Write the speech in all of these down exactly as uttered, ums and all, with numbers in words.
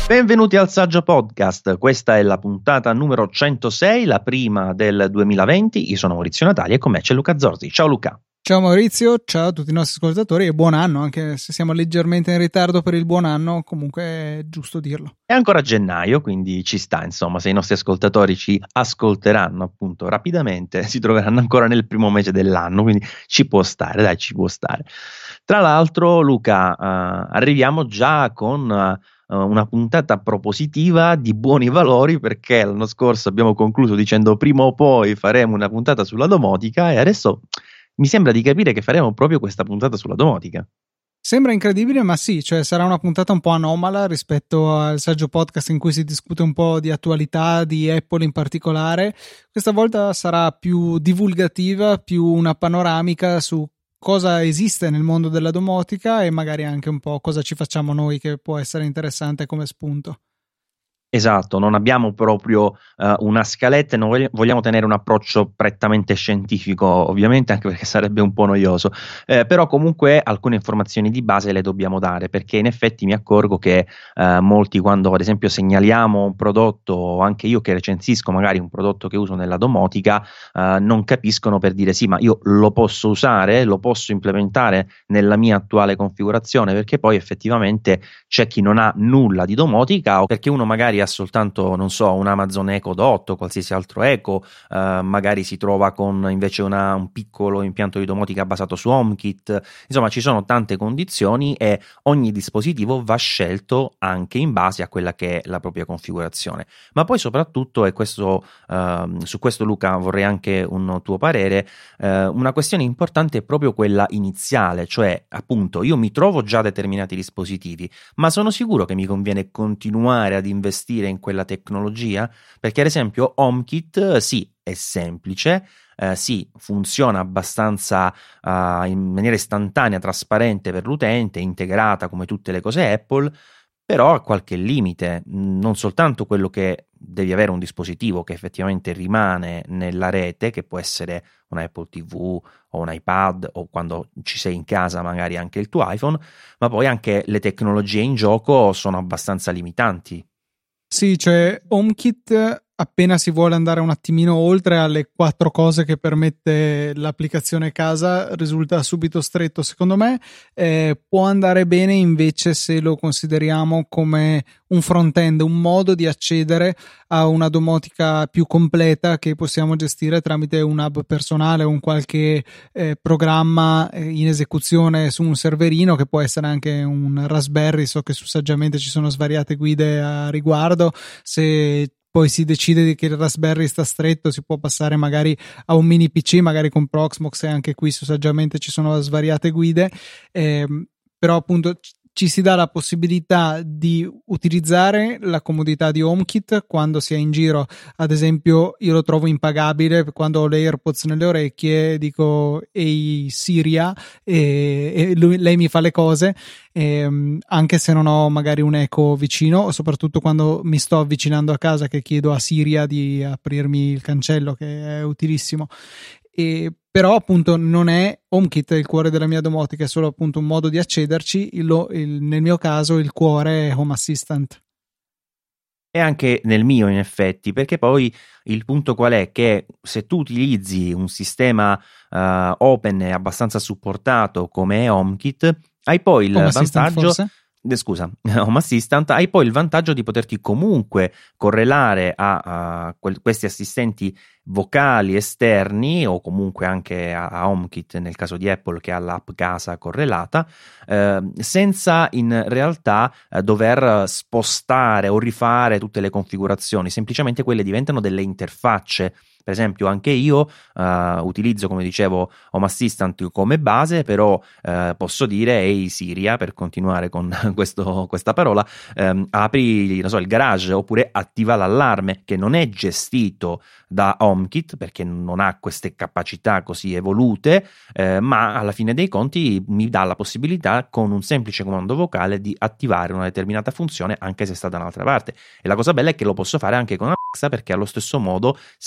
Benvenuti al Saggio Podcast, questa è la puntata numero centosei, la prima del duemilaventi. Io sono Maurizio Natali e con me c'è Luca Zorzi. Ciao Luca. Ciao Maurizio, ciao a tutti i nostri ascoltatori e buon anno, anche se siamo leggermente in ritardo per il buon anno, comunque è giusto dirlo. È ancora gennaio, quindi ci sta, insomma, se i nostri ascoltatori ci ascolteranno appunto rapidamente, si troveranno ancora nel primo mese dell'anno, quindi ci può stare, dai, ci può stare. Tra l'altro, Luca, uh, arriviamo già con uh, una puntata propositiva di buoni valori, perché l'anno scorso abbiamo concluso dicendo prima o poi faremo una puntata sulla domotica e adesso mi sembra di capire che faremo proprio questa puntata sulla domotica. Sembra incredibile, ma sì, cioè sarà una puntata un po' anomala rispetto al Saggio Podcast in cui si discute un po' di attualità, di Apple in particolare. Questa volta sarà più divulgativa, più una panoramica su cosa esiste nel mondo della domotica e magari anche un po' cosa ci facciamo noi, che può essere interessante come spunto. Esatto, non abbiamo proprio uh, una scaletta e non vogli- vogliamo tenere un approccio prettamente scientifico, ovviamente, anche perché sarebbe un po' noioso, eh, però comunque alcune informazioni di base le dobbiamo dare, perché in effetti mi accorgo che uh, molti, quando ad esempio segnaliamo un prodotto, o anche io che recensisco magari un prodotto che uso nella domotica, uh, non capiscono, per dire sì, ma io lo posso usare, lo posso implementare nella mia attuale configurazione, perché poi effettivamente c'è chi non ha nulla di domotica, o perché uno magari ha soltanto, non so, un Amazon Echo Dot o qualsiasi altro Echo, eh, magari si trova con invece una, un piccolo impianto di domotica basato su HomeKit. Insomma, ci sono tante condizioni e ogni dispositivo va scelto anche in base a quella che è la propria configurazione. Ma poi soprattutto, e questo eh, su questo Luca vorrei anche un tuo parere, eh, una questione importante è proprio quella iniziale, cioè appunto io mi trovo già determinati dispositivi, ma sono sicuro che mi conviene continuare ad investire in quella tecnologia? Perché ad esempio HomeKit sì, è semplice, eh, sì, funziona abbastanza uh, in maniera istantanea, trasparente per l'utente, integrata come tutte le cose Apple, però ha qualche limite, non soltanto quello che devi avere un dispositivo che effettivamente rimane nella rete, che può essere un Apple ti vu o un iPad o quando ci sei in casa magari anche il tuo iPhone, ma poi anche le tecnologie in gioco sono abbastanza limitanti. Sì, cioè HomeKit, appena si vuole andare un attimino oltre alle quattro cose che permette l'applicazione casa, risulta subito stretto secondo me. Eh, può andare bene invece se lo consideriamo come un front-end, un modo di accedere a una domotica più completa che possiamo gestire tramite un hub personale o un qualche eh, programma in esecuzione su un serverino, che può essere anche un Raspberry. So che su Saggiamente ci sono svariate guide a riguardo. Se poi si decide che il Raspberry sta stretto, si può passare magari a un mini P C, magari con Proxmox, e anche qui su Saggiamente ci sono svariate guide, eh, però appunto ci si dà la possibilità di utilizzare la comodità di HomeKit quando si è in giro. Ad esempio io lo trovo impagabile quando ho le AirPods nelle orecchie, dico ehi Siria e, e lui, lei mi fa le cose, e, anche se non ho magari un Echo vicino, o soprattutto quando mi sto avvicinando a casa che chiedo a Siria di aprirmi il cancello, che è utilissimo. E però appunto non è HomeKit il cuore della mia domotica, è solo appunto un modo di accederci. Il, il, nel mio caso il cuore è Home Assistant. E anche nel mio, in effetti, perché poi il punto qual è? Che se tu utilizzi un sistema uh, open e abbastanza supportato come HomeKit, hai poi il Home vantaggio... Assistant, forse? Scusa, Home Assistant, hai poi il vantaggio di poterti comunque correlare a, a que- questi assistenti vocali esterni, o comunque anche a, a HomeKit nel caso di Apple, che ha l'app casa correlata, eh, senza in realtà eh, dover spostare o rifare tutte le configurazioni. Semplicemente quelle diventano delle interfacce. Per esempio anche io uh, utilizzo, come dicevo, Home Assistant come base, però uh, posso dire ehi Siria, per continuare con questo, questa parola, um, apri, non so, il garage, oppure attiva l'allarme, che non è gestito da HomeKit perché non ha queste capacità così evolute, eh, ma alla fine dei conti mi dà la possibilità con un semplice comando vocale di attivare una determinata funzione anche se sta da un'altra parte. E la cosa bella è che lo posso fare anche con Alexa, perché allo stesso modo, se il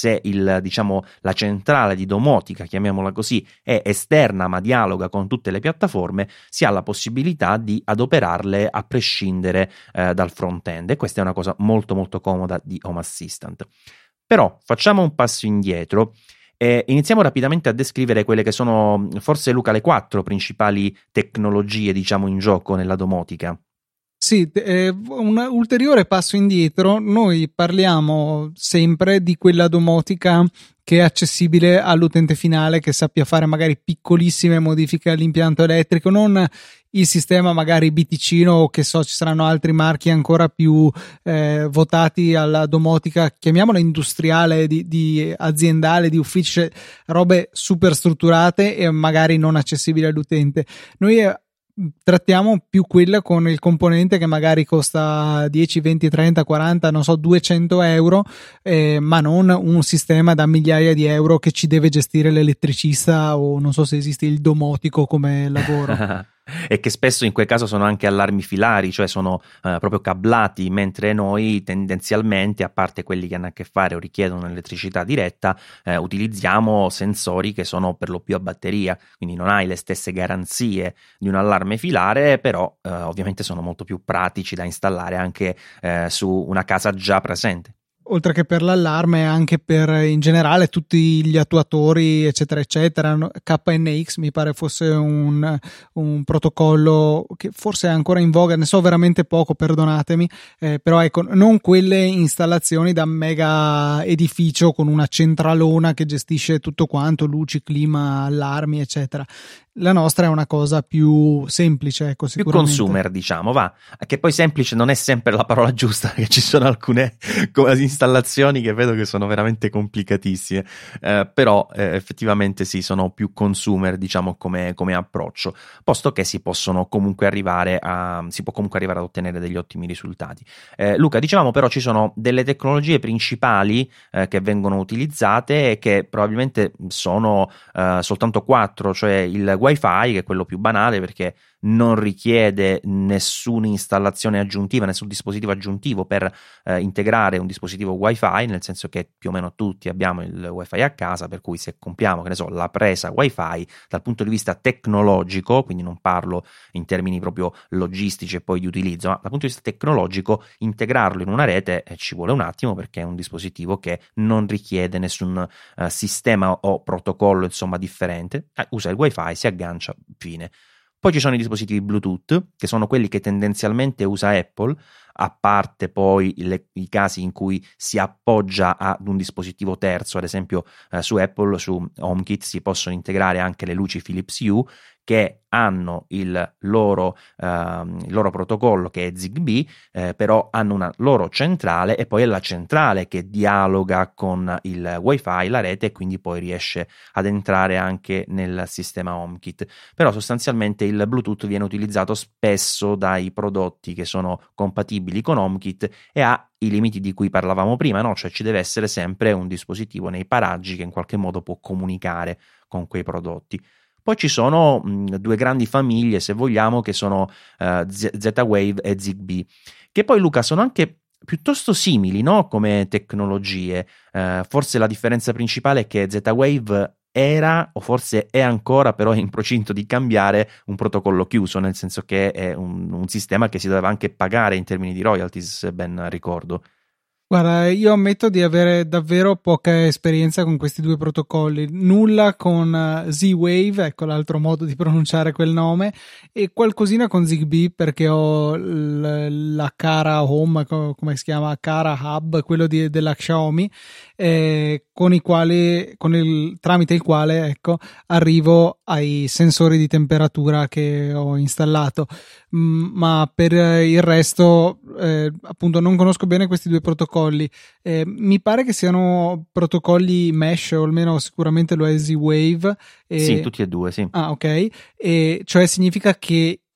il, diciamo, la centrale di domotica, chiamiamola così, è esterna ma dialoga con tutte le piattaforme, si ha la possibilità di adoperarle a prescindere eh, dal front-end, e questa è una cosa molto molto comoda di Home Assistant. Però facciamo un passo indietro e iniziamo rapidamente a descrivere quelle che sono, forse Luca, le quattro principali tecnologie, diciamo, in gioco nella domotica. Sì, eh, un ulteriore passo indietro, noi parliamo sempre di quella domotica che è accessibile all'utente finale, che sappia fare magari piccolissime modifiche all'impianto elettrico, non il sistema magari biticino, o che so, ci saranno altri marchi ancora più eh, votati alla domotica, chiamiamola industriale, di, di aziendale, di ufficio, robe super strutturate e magari non accessibili all'utente. Noi eh, trattiamo più quella con il componente che magari costa dieci, venti, trenta, quaranta, non so, duecento euro, eh, ma non un sistema da migliaia di euro che ci deve gestire l'elettricista, o non so se esiste il domotico come lavoro. E che spesso in quel caso sono anche allarmi filari, cioè sono eh, proprio cablati, mentre noi tendenzialmente, a parte quelli che hanno a che fare o richiedono elettricità diretta, eh, utilizziamo sensori che sono per lo più a batteria, quindi non hai le stesse garanzie di un allarme filare, però eh, ovviamente sono molto più pratici da installare anche eh, su una casa già presente. Oltre che per l'allarme, anche per in generale tutti gli attuatori eccetera eccetera. K N X mi pare fosse un, un protocollo che forse è ancora in voga, ne so veramente poco, perdonatemi, eh, però ecco, non quelle installazioni da mega edificio con una centralona che gestisce tutto quanto, luci, clima, allarmi eccetera. La nostra è una cosa più semplice, ecco, sicuramente. Più consumer, diciamo, va. Che poi semplice non è sempre la parola giusta, che ci sono alcune installazioni che vedo che sono veramente complicatissime, eh, però eh, effettivamente sì, sono più consumer, diciamo, come, come approccio, posto che si possono comunque arrivare a si può comunque arrivare ad ottenere degli ottimi risultati. Eh, Luca, dicevamo però ci sono delle tecnologie principali eh, che vengono utilizzate e che probabilmente sono eh, soltanto quattro, cioè il Wi-Fi, che è quello più banale perché non richiede nessuna installazione aggiuntiva, nessun dispositivo aggiuntivo per eh, integrare un dispositivo Wi-Fi, nel senso che più o meno tutti abbiamo il Wi-Fi a casa, per cui se compriamo, che ne so, la presa Wi-Fi, dal punto di vista tecnologico, quindi non parlo in termini proprio logistici e poi di utilizzo, ma dal punto di vista tecnologico, integrarlo in una rete eh, ci vuole un attimo, perché è un dispositivo che non richiede nessun eh, sistema o protocollo, insomma, differente, eh, usa il Wi-Fi, si aggancia, fine. Poi ci sono i dispositivi Bluetooth, che sono quelli che tendenzialmente usa Apple, a parte poi le, i casi in cui si appoggia ad un dispositivo terzo, ad esempio eh, su Apple, su HomeKit si possono integrare anche le luci Philips Hue, che hanno il loro, uh, il loro protocollo, che è Zigbee, eh, però hanno una loro centrale, e poi è la centrale che dialoga con il Wi-Fi, la rete, e quindi poi riesce ad entrare anche nel sistema HomeKit. Però sostanzialmente il Bluetooth viene utilizzato spesso dai prodotti che sono compatibili con HomeKit e ha i limiti di cui parlavamo prima, no? Cioè ci deve essere sempre un dispositivo nei paraggi che in qualche modo può comunicare con quei prodotti. Poi ci sono mh, due grandi famiglie, se vogliamo, che sono uh, Z- Z-Wave e Zigbee, che poi, Luca, sono anche piuttosto simili, no? Come tecnologie. Uh, forse la differenza principale è che Z-Wave era, o forse è ancora, però è in procinto di cambiare, un protocollo chiuso, nel senso che è un, un sistema che si doveva anche pagare in termini di royalties, se ben ricordo. Guarda, io ammetto di avere davvero poca esperienza con questi due protocolli, nulla con Z-Wave, ecco l'altro modo di pronunciare quel nome, e qualcosina con Zigbee, perché ho l- la Cara Home, come si chiama, Cara Hub, quello di, della Xiaomi, eh, con i quali, con il, tramite il quale, ecco, arrivo ai sensori di temperatura che ho installato. Mm, ma per il resto, eh, appunto, non conosco bene questi due protocolli. Eh, mi pare che siano protocolli mesh, o almeno sicuramente lo è Z-Wave. E... Sì, tutti e due, sì. Ah, ok. E cioè significa che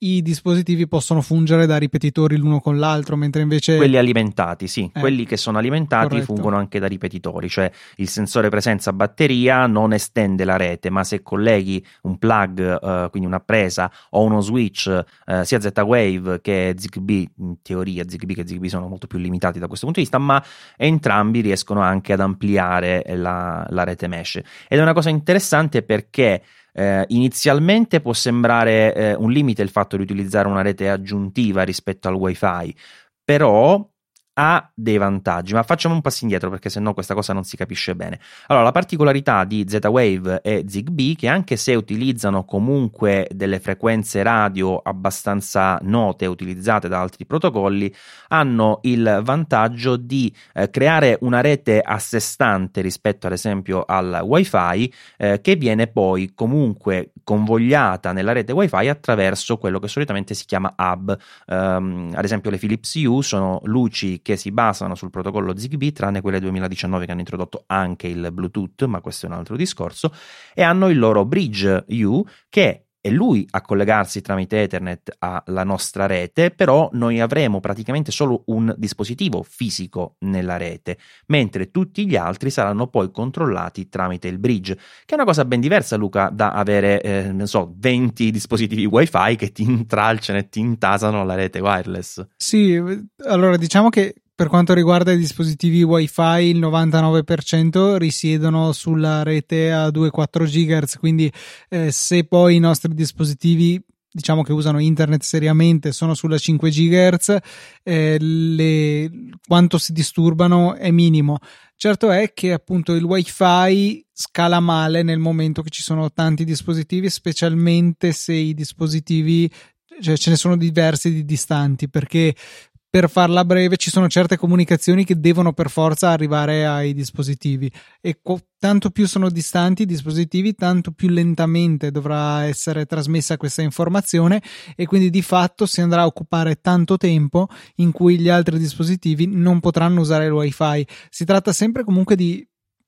i dispositivi possono fungere da ripetitori l'uno con l'altro, mentre invece quelli alimentati, sì, eh, quelli che sono alimentati corretto. fungono anche da ripetitori, cioè il sensore presenza batteria non estende la rete, ma se colleghi un plug, eh, quindi una presa o uno switch, eh, sia Z-Wave che Zigbee, in teoria Zigbee che Zigbee sono molto più limitati da questo punto di vista, ma entrambi riescono anche ad ampliare la, la rete mesh. Ed è una cosa interessante perché Eh, inizialmente può sembrare eh, un limite il fatto di utilizzare una rete aggiuntiva rispetto al wifi, però ha dei vantaggi. Ma facciamo un passo indietro perché sennò questa cosa non si capisce bene. Allora, la particolarità di Z-Wave e Zigbee, che anche se utilizzano comunque delle frequenze radio abbastanza note utilizzate da altri protocolli, hanno il vantaggio di eh, creare una rete a sé stante rispetto ad esempio al wifi, eh, che viene poi comunque convogliata nella rete wifi attraverso quello che solitamente si chiama hub. Um, ad esempio le Philips Hue sono luci che si basano sul protocollo Zigbee, tranne quelle duemiladiciannove che hanno introdotto anche il Bluetooth, ma questo è un altro discorso, e hanno il loro Bridge Hue, che è lui a collegarsi tramite Ethernet alla nostra rete, però noi avremo praticamente solo un dispositivo fisico nella rete, mentre tutti gli altri saranno poi controllati tramite il bridge, che è una cosa ben diversa, Luca, da avere, eh, non so, venti dispositivi wifi che ti intralciano e ti intasano alla rete wireless. Sì, allora diciamo che per quanto riguarda i dispositivi wifi il novantanove per cento risiedono sulla rete a due virgola quattro gigahertz, quindi eh, se poi i nostri dispositivi diciamo che usano internet seriamente sono sulla cinque gigahertz, eh, le, quanto si disturbano è minimo. Certo è che appunto il wifi scala male nel momento che ci sono tanti dispositivi, specialmente se i dispositivi, cioè ce ne sono diversi di distanti, perché per farla breve ci sono certe comunicazioni che devono per forza arrivare ai dispositivi e co- tanto più sono distanti i dispositivi, tanto più lentamente dovrà essere trasmessa questa informazione e quindi di fatto si andrà a occupare tanto tempo in cui gli altri dispositivi non potranno usare il wifi. Si tratta sempre comunque di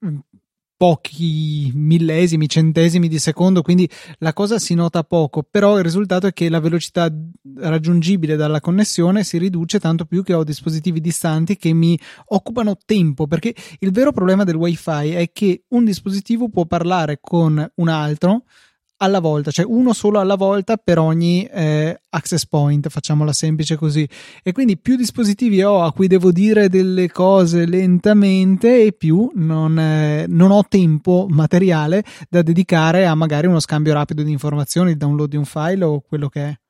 pochi millesimi, centesimi di secondo, quindi la cosa si nota poco, però il risultato è che la velocità raggiungibile dalla connessione si riduce, tanto più che ho dispositivi distanti che mi occupano tempo, perché il vero problema del wifi è che un dispositivo può parlare con un altro alla volta, cioè uno solo alla volta per ogni eh, access point, facciamola semplice così, e quindi più dispositivi ho a cui devo dire delle cose lentamente e più non, eh, non ho tempo materiale da dedicare a magari uno scambio rapido di informazioni, il download di un file o quello che è.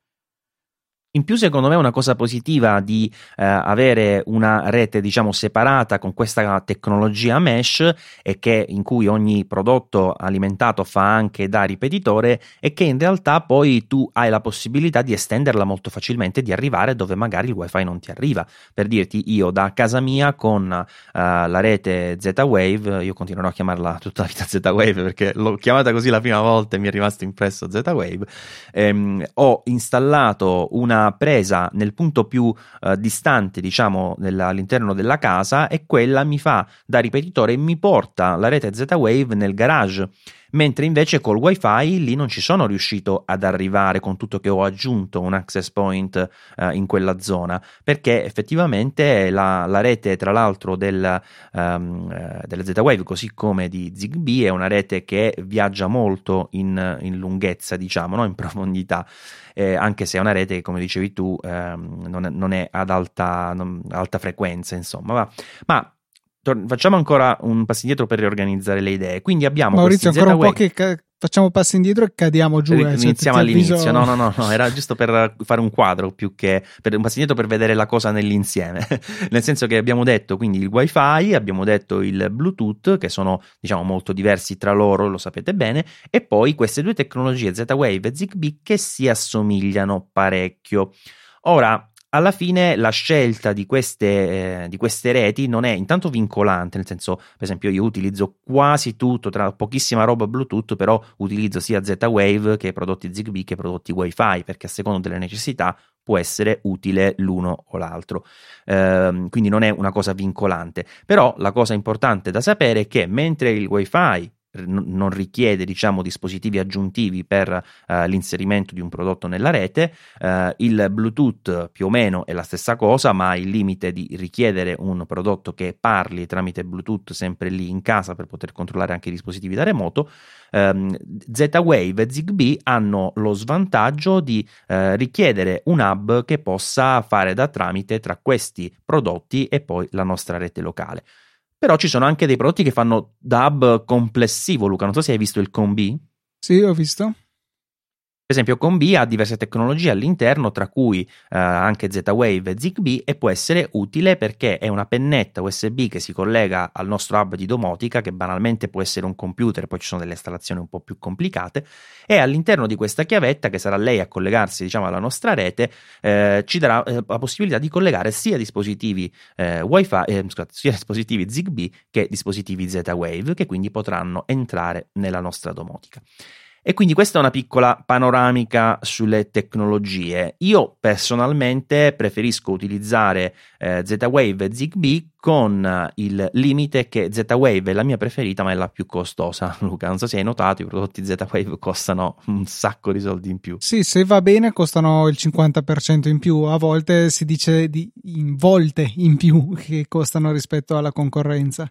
In più, secondo me, una cosa positiva di eh, avere una rete, diciamo, separata con questa tecnologia mesh e che in cui ogni prodotto alimentato fa anche da ripetitore è che in realtà poi tu hai la possibilità di estenderla molto facilmente, di arrivare dove magari il wifi non ti arriva. Per dirti, io da casa mia con uh, la rete Z-Wave, io continuerò a chiamarla tutta la vita Z-Wave perché l'ho chiamata così la prima volta e mi è rimasto impresso Z-Wave, ehm, ho installato una presa nel punto più eh, distante, diciamo, nella, all'interno della casa, e quella mi fa da ripetitore e mi porta la rete Z-Wave nel garage, mentre invece col wifi lì non ci sono riuscito ad arrivare, con tutto che ho aggiunto un access point eh, in quella zona, perché effettivamente la, la rete, tra l'altro, del, um, eh, delle Z-Wave, così come di Zigbee, è una rete che viaggia molto in, in lunghezza, diciamo, no? In profondità. Eh, anche se è una rete che, come dicevi tu, ehm, non, è, non è ad alta, non, alta frequenza, insomma. Va. Ma tor- facciamo ancora un passo indietro per riorganizzare le idee. Quindi abbiamo Maurizio, ancora Z-Wave. un po' che ca- facciamo passi indietro e cadiamo giù. Eh, Iniziamo cioè, all'inizio. avviso... No, no, no, no, era giusto per fare un quadro più che per un passo indietro per vedere la cosa nell'insieme. Nel senso che abbiamo detto quindi il wifi, abbiamo detto il Bluetooth, che sono, diciamo, molto diversi tra loro, lo sapete bene, e poi queste due tecnologie, Z-Wave e Zigbee, che si assomigliano parecchio. Ora, alla fine la scelta di queste, eh, di queste reti non è intanto vincolante, nel senso, per esempio, io utilizzo quasi tutto, tra pochissima roba Bluetooth, però utilizzo sia Z-Wave che prodotti Zigbee che prodotti Wi-Fi, perché a seconda delle necessità può essere utile l'uno o l'altro, ehm, quindi non è una cosa vincolante. Però la cosa importante da sapere è che mentre il Wi-Fi n- non richiede, diciamo, dispositivi aggiuntivi per uh, l'inserimento di un prodotto nella rete. Uh, il Bluetooth più o meno è la stessa cosa, ma il limite di richiedere un prodotto che parli tramite Bluetooth sempre lì in casa per poter controllare anche i dispositivi da remoto. Um, Z-Wave e Zigbee hanno lo svantaggio di uh, richiedere un hub che possa fare da tramite tra questi prodotti e poi la nostra rete locale. Però ci sono anche dei prodotti che fanno da hub complessivo, Luca. Non so se hai visto il Combi. Sì, ho visto. Per esempio, Combi ha diverse tecnologie all'interno, tra cui eh, anche Z-Wave e Zigbee, e può essere utile perché è una pennetta U S B che si collega al nostro hub di domotica, che banalmente può essere un computer, poi ci sono delle installazioni un po' più complicate, e all'interno di questa chiavetta, che sarà lei a collegarsi, diciamo, alla nostra rete, eh, ci darà eh, la possibilità di collegare sia dispositivi eh, Wi-Fi, eh, scusate, sia dispositivi Zigbee che dispositivi Z-Wave, che quindi potranno entrare nella nostra domotica. E quindi questa è una piccola panoramica sulle tecnologie. Io personalmente preferisco utilizzare eh, Z-Wave e Zigbee, con il limite che Z-Wave è la mia preferita, ma è la più costosa. Luca, non so se hai notato, i prodotti Z-Wave costano un sacco di soldi in più. Sì, se va bene costano il cinquanta per cento in più, a volte si dice di in volte in più che costano rispetto alla concorrenza.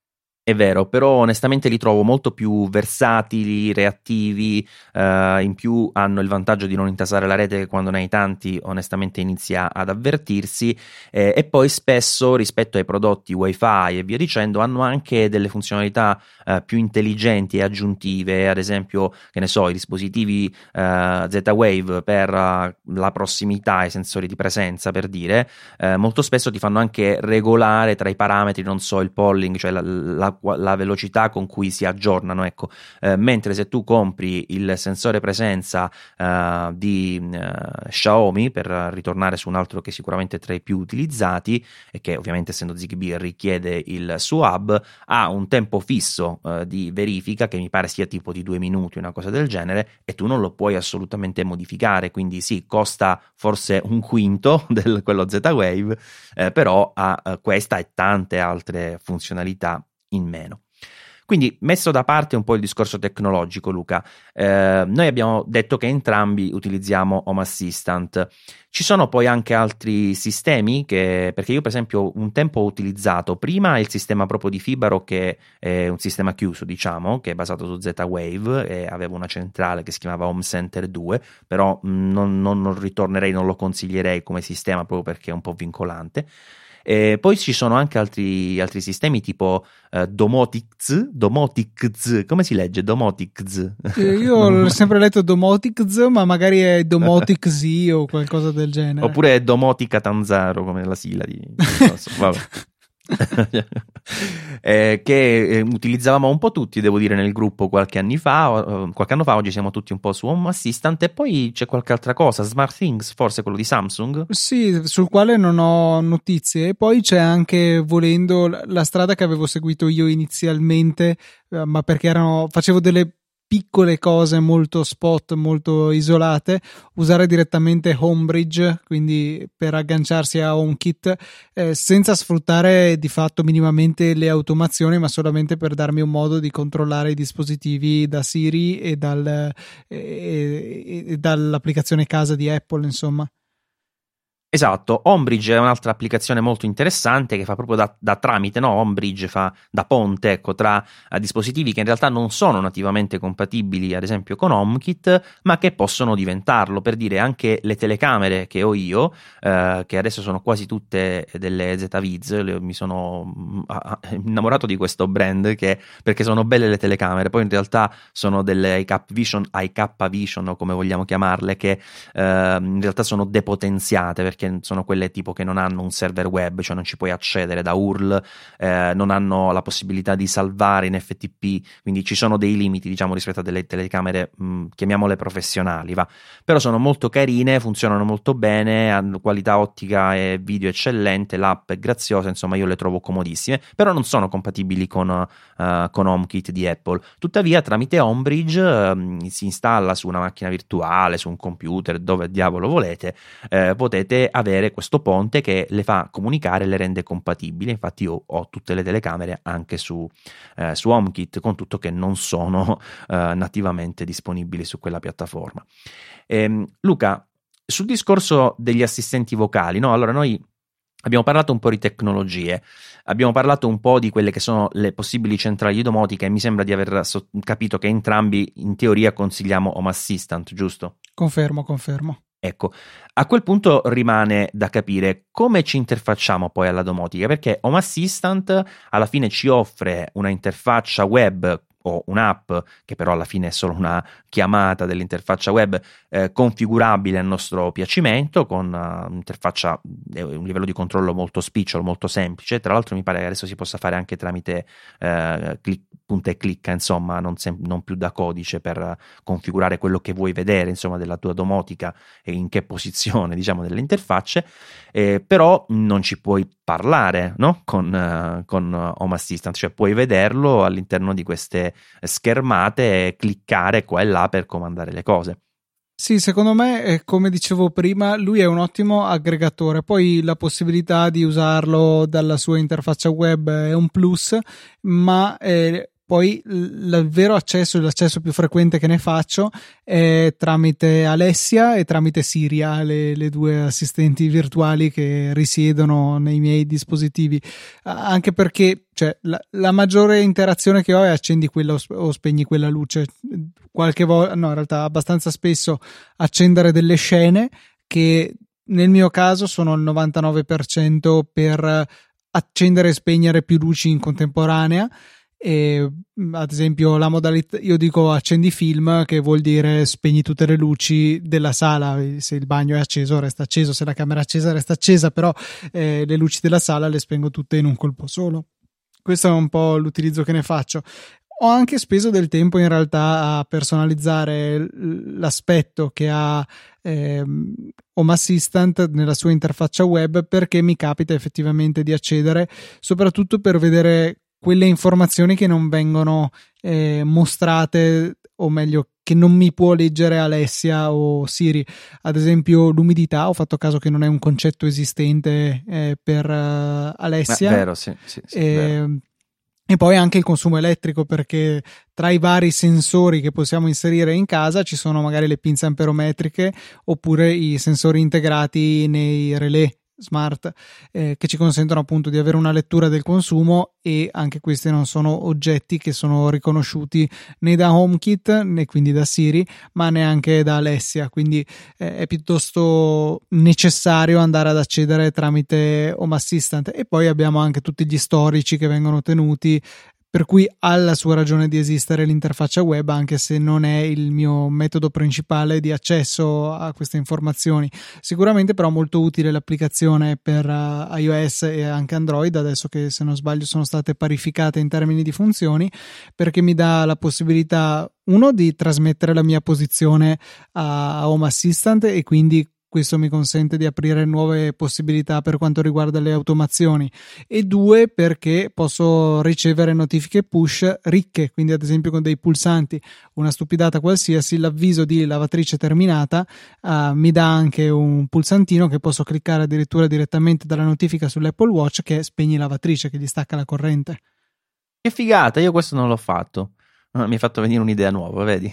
È vero, però onestamente li trovo molto più versatili, reattivi, eh, in più hanno il vantaggio di non intasare la rete, che quando ne hai tanti onestamente inizia ad avvertirsi, eh, e poi spesso rispetto ai prodotti Wi-Fi e via dicendo hanno anche delle funzionalità eh, più intelligenti e aggiuntive, ad esempio, che ne so, i dispositivi eh, Z-Wave per uh, la prossimità, i sensori di presenza, per dire, eh, molto spesso ti fanno anche regolare tra i parametri, non so, il polling, cioè la, la la velocità con cui si aggiornano, ecco, eh, mentre se tu compri il sensore presenza eh, di eh, Xiaomi, per ritornare su un altro che sicuramente è tra i più utilizzati e che ovviamente essendo Zigbee richiede il suo hub, ha un tempo fisso eh, di verifica che mi pare sia tipo di due minuti, una cosa del genere, e tu non lo puoi assolutamente modificare, quindi sì, costa forse un quinto del quello Z-Wave, eh, però ha eh, questa e tante altre funzionalità in meno. Quindi, messo da parte un po' il discorso tecnologico, Luca, eh, noi abbiamo detto che entrambi utilizziamo Home Assistant. Ci sono poi anche altri sistemi che, perché io per esempio un tempo ho utilizzato prima il sistema proprio di Fibaro, che è un sistema chiuso, diciamo, che è basato su Z-Wave e aveva una centrale che si chiamava Home Center due, però mh, non, non, non ritornerei, non lo consiglierei come sistema proprio perché è un po' vincolante. E poi ci sono anche altri, altri sistemi tipo uh, Domotics, Domotics, come si legge? Domotics? Eh, io l'ho sempre letto Domotics, ma magari è Domotics o qualcosa del genere. Oppure Domotica Tanzaro, come la sigla di... Non so, vabbè. eh, che eh, utilizzavamo un po' tutti, devo dire, nel gruppo qualche anni fa, uh, qualche anno fa. Oggi siamo tutti un po' su Home Assistant. E poi c'è qualche altra cosa, SmartThings, forse quello di Samsung, sì, sul quale non ho notizie. E poi c'è anche, volendo, la strada che avevo seguito io inizialmente, uh, ma perché erano, facevo delle piccole cose molto spot, molto isolate, usare direttamente Homebridge, quindi per agganciarsi a HomeKit, eh, senza sfruttare di fatto minimamente le automazioni, ma solamente per darmi un modo di controllare i dispositivi da Siri e, dal, e, e dall'applicazione casa di Apple, insomma. Esatto, Homebridge è un'altra applicazione molto interessante che fa proprio da, da tramite, no? Homebridge fa da ponte, ecco, tra uh, dispositivi che in realtà non sono nativamente compatibili, ad esempio con HomeKit, ma che possono diventarlo. Per dire, anche le telecamere che ho io, uh, che adesso sono quasi tutte delle Z-Viz, le, mi sono uh, innamorato di questo brand che, perché sono belle le telecamere, poi in realtà sono delle I K Vision, I K Vision o come vogliamo chiamarle, che uh, in realtà sono depotenziate, perché che sono quelle tipo che non hanno un server web, cioè non ci puoi accedere da U R L, eh, non hanno la possibilità di salvare in F T P, quindi ci sono dei limiti, diciamo, rispetto a delle telecamere, mh, chiamiamole professionali, va. Però sono molto carine, funzionano molto bene, hanno qualità ottica e video eccellente, l'app è graziosa, insomma io le trovo comodissime, però non sono compatibili con, uh, con HomeKit di Apple. Tuttavia tramite Homebridge uh, si installa su una macchina virtuale, su un computer, dove diavolo volete, uh, potete avere questo ponte che le fa comunicare e le rende compatibili. Infatti io ho tutte le telecamere anche su, eh, su HomeKit, con tutto che non sono eh, nativamente disponibili su quella piattaforma. Ehm, Luca, sul discorso degli assistenti vocali, no? Allora noi abbiamo parlato un po' di tecnologie, abbiamo parlato un po' di quelle che sono le possibili centrali di domotica, e mi sembra di aver so- capito che entrambi in teoria consigliamo Home Assistant, giusto? Confermo, confermo. Ecco, a quel punto rimane da capire come ci interfacciamo poi alla domotica, perché Home Assistant alla fine ci offre una interfaccia web o un'app, che però alla fine è solo una chiamata dell'interfaccia web, eh, configurabile a nostro piacimento, con uh, un'interfaccia, eh, un livello di controllo molto spicciolo, molto semplice. Tra l'altro mi pare che adesso si possa fare anche tramite eh, clic, punta e clicca, insomma, non, sem- non più da codice, per uh, configurare quello che vuoi vedere, insomma, della tua domotica e in che posizione, diciamo, delle interfacce. Eh, però non ci puoi parlare, no? Con, uh, con Home Assistant, cioè puoi vederlo all'interno di queste schermate e cliccare qua e là per comandare le cose. Sì, secondo me, eh, come dicevo prima, lui è un ottimo aggregatore. Poi la possibilità di usarlo dalla sua interfaccia web è un plus, ma eh, poi il vero accesso, l'accesso più frequente che ne faccio è tramite Alessia e tramite Siria, le, le due assistenti virtuali che risiedono nei miei dispositivi, anche perché cioè, la, la maggiore interazione che ho è accendi quella o, o spegni quella luce. Qualche volta, no, in realtà abbastanza spesso accendere delle scene che nel mio caso sono il novantanove per cento per accendere e spegnere più luci in contemporanea. E, ad esempio, la modalità, io dico accendi film, che vuol dire spegni tutte le luci della sala. Se il bagno è acceso resta acceso, se la camera è accesa resta accesa, però eh, le luci della sala le spengo tutte in un colpo solo. Questo è un po' l'utilizzo che ne faccio. Ho anche speso del tempo in realtà a personalizzare l'aspetto che ha ehm, Home Assistant nella sua interfaccia web, perché mi capita effettivamente di accedere soprattutto per vedere quelle informazioni che non vengono eh, mostrate, o meglio che non mi può leggere Alessia o Siri. Ad esempio l'umidità, ho fatto caso che non è un concetto esistente eh, per uh, Alessia. È vero, sì, sì, sì, e, vero. E poi anche il consumo elettrico, perché tra i vari sensori che possiamo inserire in casa ci sono magari le pinze amperometriche oppure i sensori integrati nei relè smart eh, che ci consentono appunto di avere una lettura del consumo, e anche questi non sono oggetti che sono riconosciuti né da HomeKit né quindi da Siri, ma neanche da Alessia, quindi eh, è piuttosto necessario andare ad accedere tramite Home Assistant. E poi abbiamo anche tutti gli storici che vengono tenuti, per cui ha la sua ragione di esistere l'interfaccia web, anche se non è il mio metodo principale di accesso a queste informazioni. Sicuramente però molto utile l'applicazione per uh, iOS e anche Android, adesso che se non sbaglio sono state parificate in termini di funzioni, perché mi dà la possibilità, uno, di trasmettere la mia posizione a Home Assistant, e quindi questo mi consente di aprire nuove possibilità per quanto riguarda le automazioni, e due, perché posso ricevere notifiche push ricche, quindi ad esempio con dei pulsanti, una stupidata qualsiasi, l'avviso di lavatrice terminata uh, mi dà anche un pulsantino che posso cliccare addirittura direttamente dalla notifica sull'Apple Watch, che è spegni lavatrice, che gli stacca la corrente. Che figata, io questo non l'ho fatto. Ah, mi hai fatto venire un'idea nuova, vedi?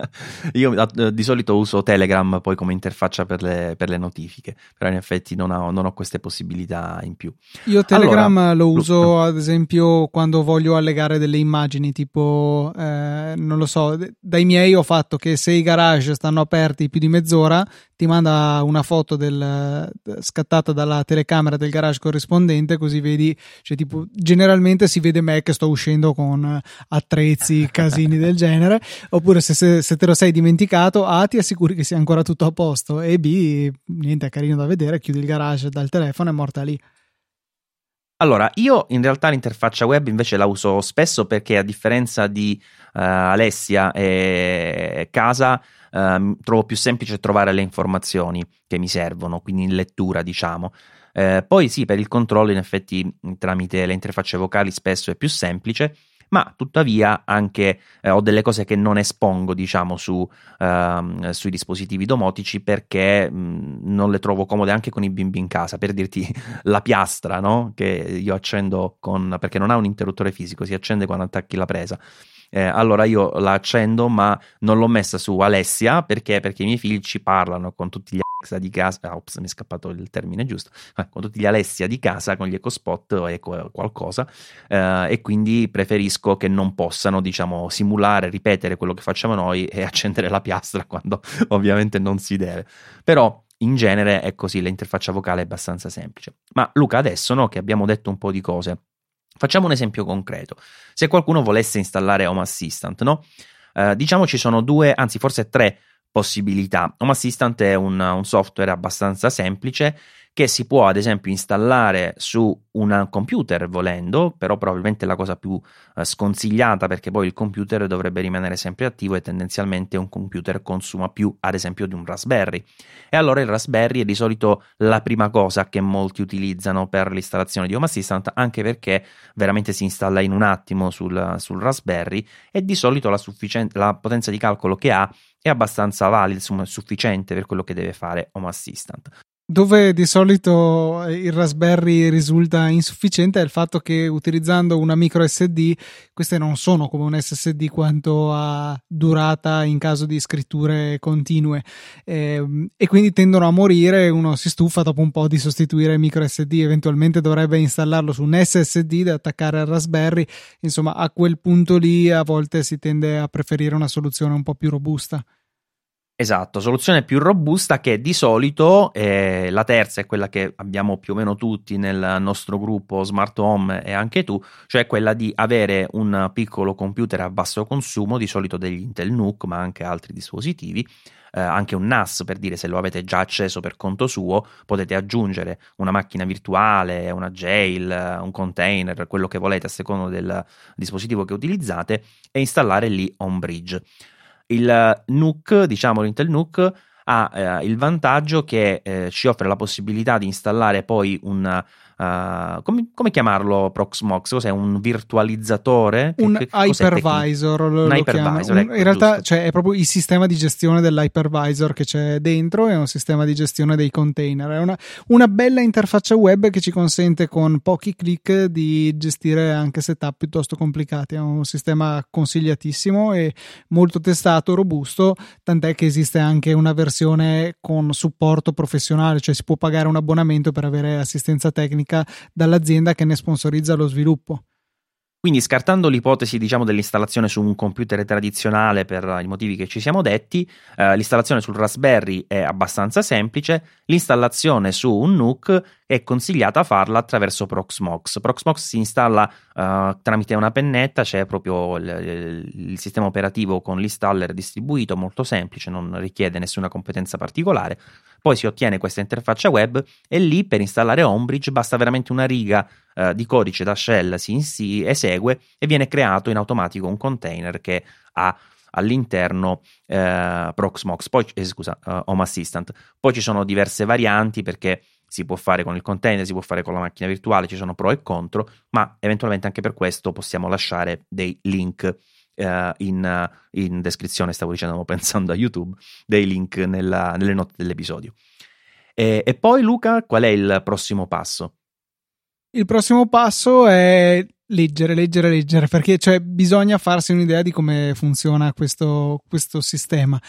Io di solito uso Telegram poi come interfaccia per le, per le notifiche, però in effetti non ho, non ho queste possibilità in più. Io Telegram allora, lo uso ad esempio quando voglio allegare delle immagini, tipo eh, non lo so, dai miei ho fatto che se i garage stanno aperti più di mezz'ora ti manda una foto del, scattata dalla telecamera del garage corrispondente, così vedi, cioè tipo generalmente si vede me che sto uscendo con attrezzi, casini del genere, oppure se, se, se te lo sei dimenticato, A, ti assicuri che sia ancora tutto a posto, e B, niente, è carino da vedere, chiudi il garage dal telefono, è morta lì. Allora, io in realtà l'interfaccia web invece la uso spesso, perché a differenza di uh, Alessia e Casa uh, trovo più semplice trovare le informazioni che mi servono, quindi in lettura, diciamo. Uh, poi sì, per il controllo in effetti tramite le interfacce vocali spesso è più semplice, ma tuttavia anche eh, ho delle cose che non espongo, diciamo, su, uh, sui dispositivi domotici, perché mh, non le trovo comode anche con i bimbi in casa. Per dirti, la piastra, no? Che io accendo con, perché non ha un interruttore fisico, si accende quando attacchi la presa. Eh, allora io la accendo, ma non l'ho messa su Alessia perché, perché i miei figli ci parlano con tutti gli Alexa di casa. Ah, ops, mi è scappato il termine giusto. Eh, con tutti gli Alessia di casa, con gli EcoSpot o Eco qualcosa, eh, e quindi preferisco che non possano, diciamo, simulare, ripetere quello che facciamo noi e accendere la piastra quando ovviamente non si deve. Però in genere è così, l'interfaccia vocale è abbastanza semplice. Ma Luca, adesso, no, che abbiamo detto un po' di cose, facciamo un esempio concreto. Se qualcuno volesse installare Home Assistant, no? Eh, diciamo ci sono due, anzi forse tre possibilità. Home Assistant è un, un software abbastanza semplice che si può ad esempio installare su un computer volendo, però probabilmente è la cosa più eh, sconsigliata, perché poi il computer dovrebbe rimanere sempre attivo e tendenzialmente un computer consuma più ad esempio di un Raspberry, e allora il Raspberry è di solito la prima cosa che molti utilizzano per l'installazione di Home Assistant, anche perché veramente si installa in un attimo sul, sul Raspberry e di solito la, sufficien- la potenza di calcolo che ha è abbastanza valida, insomma, sufficiente per quello che deve fare Home Assistant. Dove di solito il Raspberry risulta insufficiente è il fatto che utilizzando una micro S D, queste non sono come un S S D quanto a durata in caso di scritture continue, eh, e quindi tendono a morire. Uno si stufa dopo un po' di sostituire il micro S D, eventualmente dovrebbe installarlo su un S S D da attaccare al Raspberry. Insomma, a quel punto lì a volte si tende a preferire una soluzione un po' più robusta. Esatto, soluzione più robusta, che di solito eh, la terza è quella che abbiamo più o meno tutti nel nostro gruppo Smart Home e anche tu, cioè quella di avere un piccolo computer a basso consumo, di solito degli Intel N U C, ma anche altri dispositivi, eh, anche un N A S, per dire, se lo avete già acceso per conto suo, potete aggiungere una macchina virtuale, una jail, un container, quello che volete a seconda del dispositivo che utilizzate, e installare lì OnBridge. Il N U C, diciamo l'Intel N U C, ha eh, il vantaggio che eh, ci offre la possibilità di installare poi un Uh, come, come chiamarlo Proxmox? Cos'è? Un virtualizzatore? Un che, che hypervisor, lo, un lo hypervisor, un, ecco, in realtà giusto. cioè, è proprio il sistema di gestione dell'hypervisor che c'è dentro, è un sistema di gestione dei container, è una, una bella interfaccia web che ci consente con pochi click di gestire anche setup piuttosto complicati. È un sistema consigliatissimo e molto testato, robusto, tant'è che esiste anche una versione con supporto professionale, cioè si può pagare un abbonamento per avere assistenza tecnica dall'azienda che ne sponsorizza lo sviluppo. Quindi, scartando l'ipotesi, diciamo, dell'installazione su un computer tradizionale per i motivi che ci siamo detti, eh, l'installazione sul Raspberry è abbastanza semplice. L'installazione su un N U C è consigliata farla attraverso Proxmox. Proxmox si installa uh, tramite una pennetta, c'è proprio il, il sistema operativo con l'installer distribuito, molto semplice, non richiede nessuna competenza particolare. Poi si ottiene questa interfaccia web e lì per installare OnBridge basta veramente una riga uh, di codice da shell, si, si esegue e viene creato in automatico un container che ha all'interno eh, Proxmox, poi eh, scusa, uh, Home Assistant. Poi ci sono diverse varianti, perché si può fare con il container, si può fare con la macchina virtuale, ci sono pro e contro, ma eventualmente anche per questo possiamo lasciare dei link uh, in, uh, in descrizione, stavo dicendo pensando a YouTube, dei link nella, nelle note dell'episodio. E, e poi Luca, qual è il prossimo passo? Il prossimo passo è leggere, leggere, leggere, perché cioè bisogna farsi un'idea di come funziona questo, questo sistema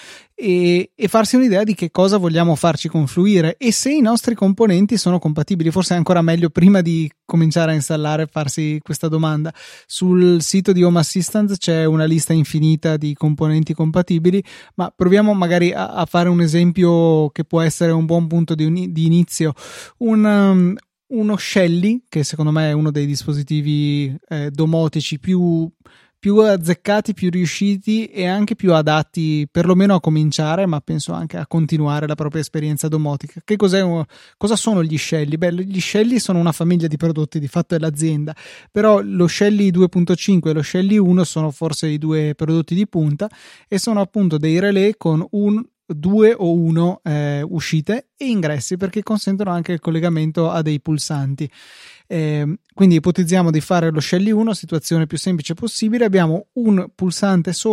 e, e farsi un'idea di che cosa vogliamo farci confluire e se i nostri componenti sono compatibili. Forse è ancora meglio, prima di cominciare a installare, farsi questa domanda. Sul sito di Home Assistant c'è una lista infinita di componenti compatibili, ma proviamo magari a, a fare un esempio che può essere un buon punto di, di inizio. Un um, uno Shelly, che secondo me è uno dei dispositivi eh, domotici più, più azzeccati, più riusciti e anche più adatti perlomeno a cominciare, ma penso anche a continuare la propria esperienza domotica. Che cos'è un, cosa sono gli Shelly? Beh, gli Shelly sono una famiglia di prodotti, di fatto è l'azienda, però lo Shelly due punto cinque e lo Shelly uno sono forse i due prodotti di punta e sono appunto dei relè con un due o uno eh, uscite e ingressi, perché consentono anche il collegamento a dei pulsanti. Eh, quindi ipotizziamo di fare lo Shelly uno, situazione più semplice possibile. Abbiamo un pulsante solo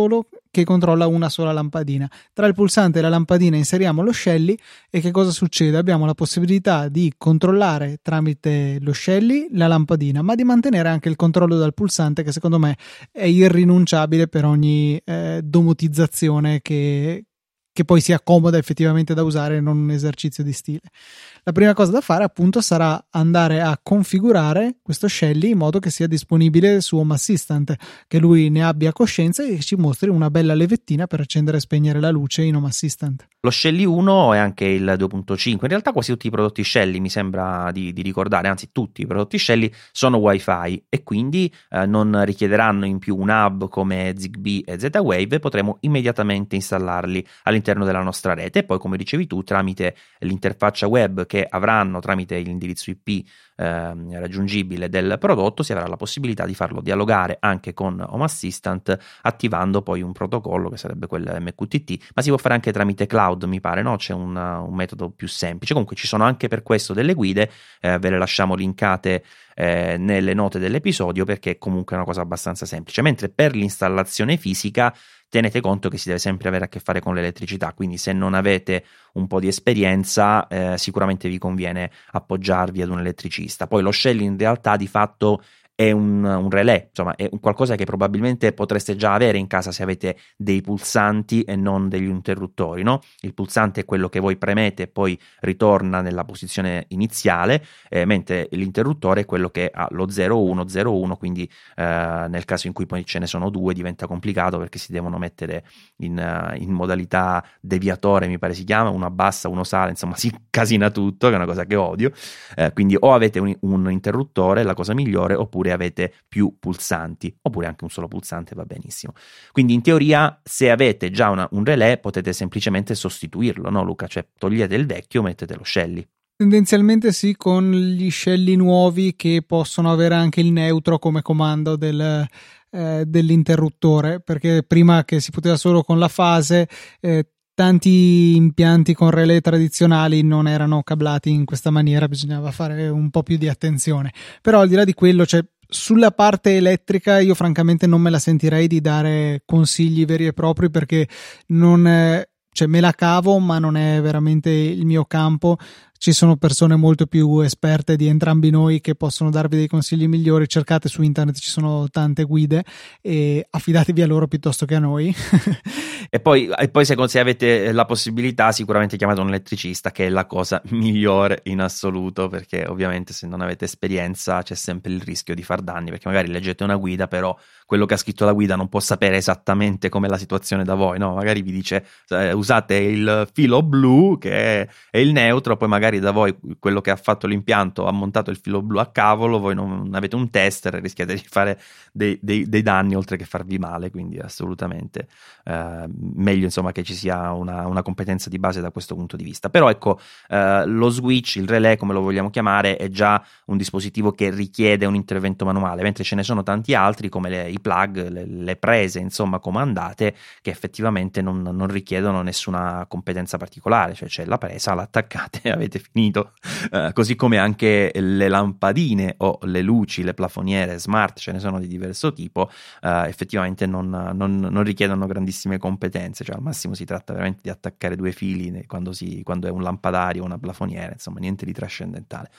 che controlla una sola lampadina. Tra il pulsante e la lampadina inseriamo lo Shelly e che cosa succede? Abbiamo la possibilità di controllare tramite lo Shelly la lampadina, ma di mantenere anche il controllo dal pulsante, che secondo me è irrinunciabile per ogni eh, domotizzazione che, che poi sia comoda effettivamente da usare e non un esercizio di stile. La prima cosa da fare appunto sarà andare a configurare questo Shelly in modo che sia disponibile su Home Assistant, che lui ne abbia coscienza e ci mostri una bella levettina per accendere e spegnere la luce in Home Assistant. Lo Shelly uno e anche il due punto cinque, in realtà quasi tutti i prodotti Shelly, mi sembra di, di ricordare, anzi tutti i prodotti Shelly sono Wi-Fi e quindi eh, non richiederanno in più un hub come Zigbee e Z-Wave e potremo immediatamente installarli all'interno della nostra rete e poi, come dicevi tu, tramite l'interfaccia web che avranno tramite l'indirizzo I P eh, raggiungibile del prodotto si avrà la possibilità di farlo dialogare anche con Home Assistant, attivando poi un protocollo che sarebbe quel M Q T T, ma si può fare anche tramite cloud, mi pare, no? C'è un, un metodo più semplice. Comunque ci sono anche per questo delle guide, eh, ve le lasciamo linkate eh, nelle note dell'episodio, perché comunque è una cosa abbastanza semplice, mentre per l'installazione fisica tenete conto che si deve sempre avere a che fare con l'elettricità, quindi se non avete un po' di esperienza eh, sicuramente vi conviene appoggiarvi ad un elettricista. Poi lo Shelly in realtà di fatto è un, un relè, insomma è un qualcosa che probabilmente potreste già avere in casa se avete dei pulsanti e non degli interruttori, no? Il pulsante è quello che voi premete e poi ritorna nella posizione iniziale, eh, mentre l'interruttore è quello che ha lo zero uno zero uno, quindi eh, nel caso in cui poi ce ne sono due diventa complicato perché si devono mettere in, uh, in modalità deviatore, mi pare si chiama, uno abbassa, uno sale, insomma si casina tutto, che è una cosa che odio, eh, quindi o avete un, un interruttore, la cosa migliore, oppure avete più pulsanti, oppure anche un solo pulsante va benissimo. Quindi in teoria se avete già una, un relè potete semplicemente sostituirlo, no Luca? Cioè togliete il vecchio, mettete lo Shelly. Tendenzialmente sì, con gli Shelly nuovi che possono avere anche il neutro come comando del, eh, dell'interruttore, perché prima che si poteva solo con la fase, eh, tanti impianti con relè tradizionali non erano cablati in questa maniera, bisognava fare un po' più di attenzione. Però al di là di quello, cioè sulla parte elettrica io francamente non me la sentirei di dare consigli veri e propri, perché non è, cioè me la cavo ma non è veramente il mio campo. Ci sono persone molto più esperte di entrambi noi che possono darvi dei consigli migliori. Cercate su internet, ci sono tante guide e affidatevi a loro piuttosto che a noi. E poi, e poi se, se avete la possibilità sicuramente chiamate un elettricista, che è la cosa migliore in assoluto, perché ovviamente se non avete esperienza c'è sempre il rischio di far danni, perché magari leggete una guida però quello che ha scritto la guida non può sapere esattamente com'è la situazione da voi, no? Magari vi dice eh, usate il filo blu che è, è il neutro, poi magari da voi quello che ha fatto l'impianto ha montato il filo blu a cavolo, voi non avete un tester e rischiate di fare dei, dei, dei danni oltre che farvi male, quindi assolutamente eh, meglio insomma che ci sia una, una competenza di base da questo punto di vista. Però ecco, eh, lo switch, il relè come lo vogliamo chiamare, è già un dispositivo che richiede un intervento manuale, mentre ce ne sono tanti altri come le, i plug, le, le prese insomma comandate, che effettivamente non, non richiedono nessuna competenza particolare, cioè c'è la presa, l'attaccate e avete finito, uh, così come anche le lampadine o le luci, le plafoniere smart, ce ne sono di diverso tipo, uh, effettivamente non, non, non richiedono grandissime competenze, cioè al massimo si tratta veramente di attaccare due fili quando, si, quando è un lampadario o una plafoniera, insomma niente di trascendentale.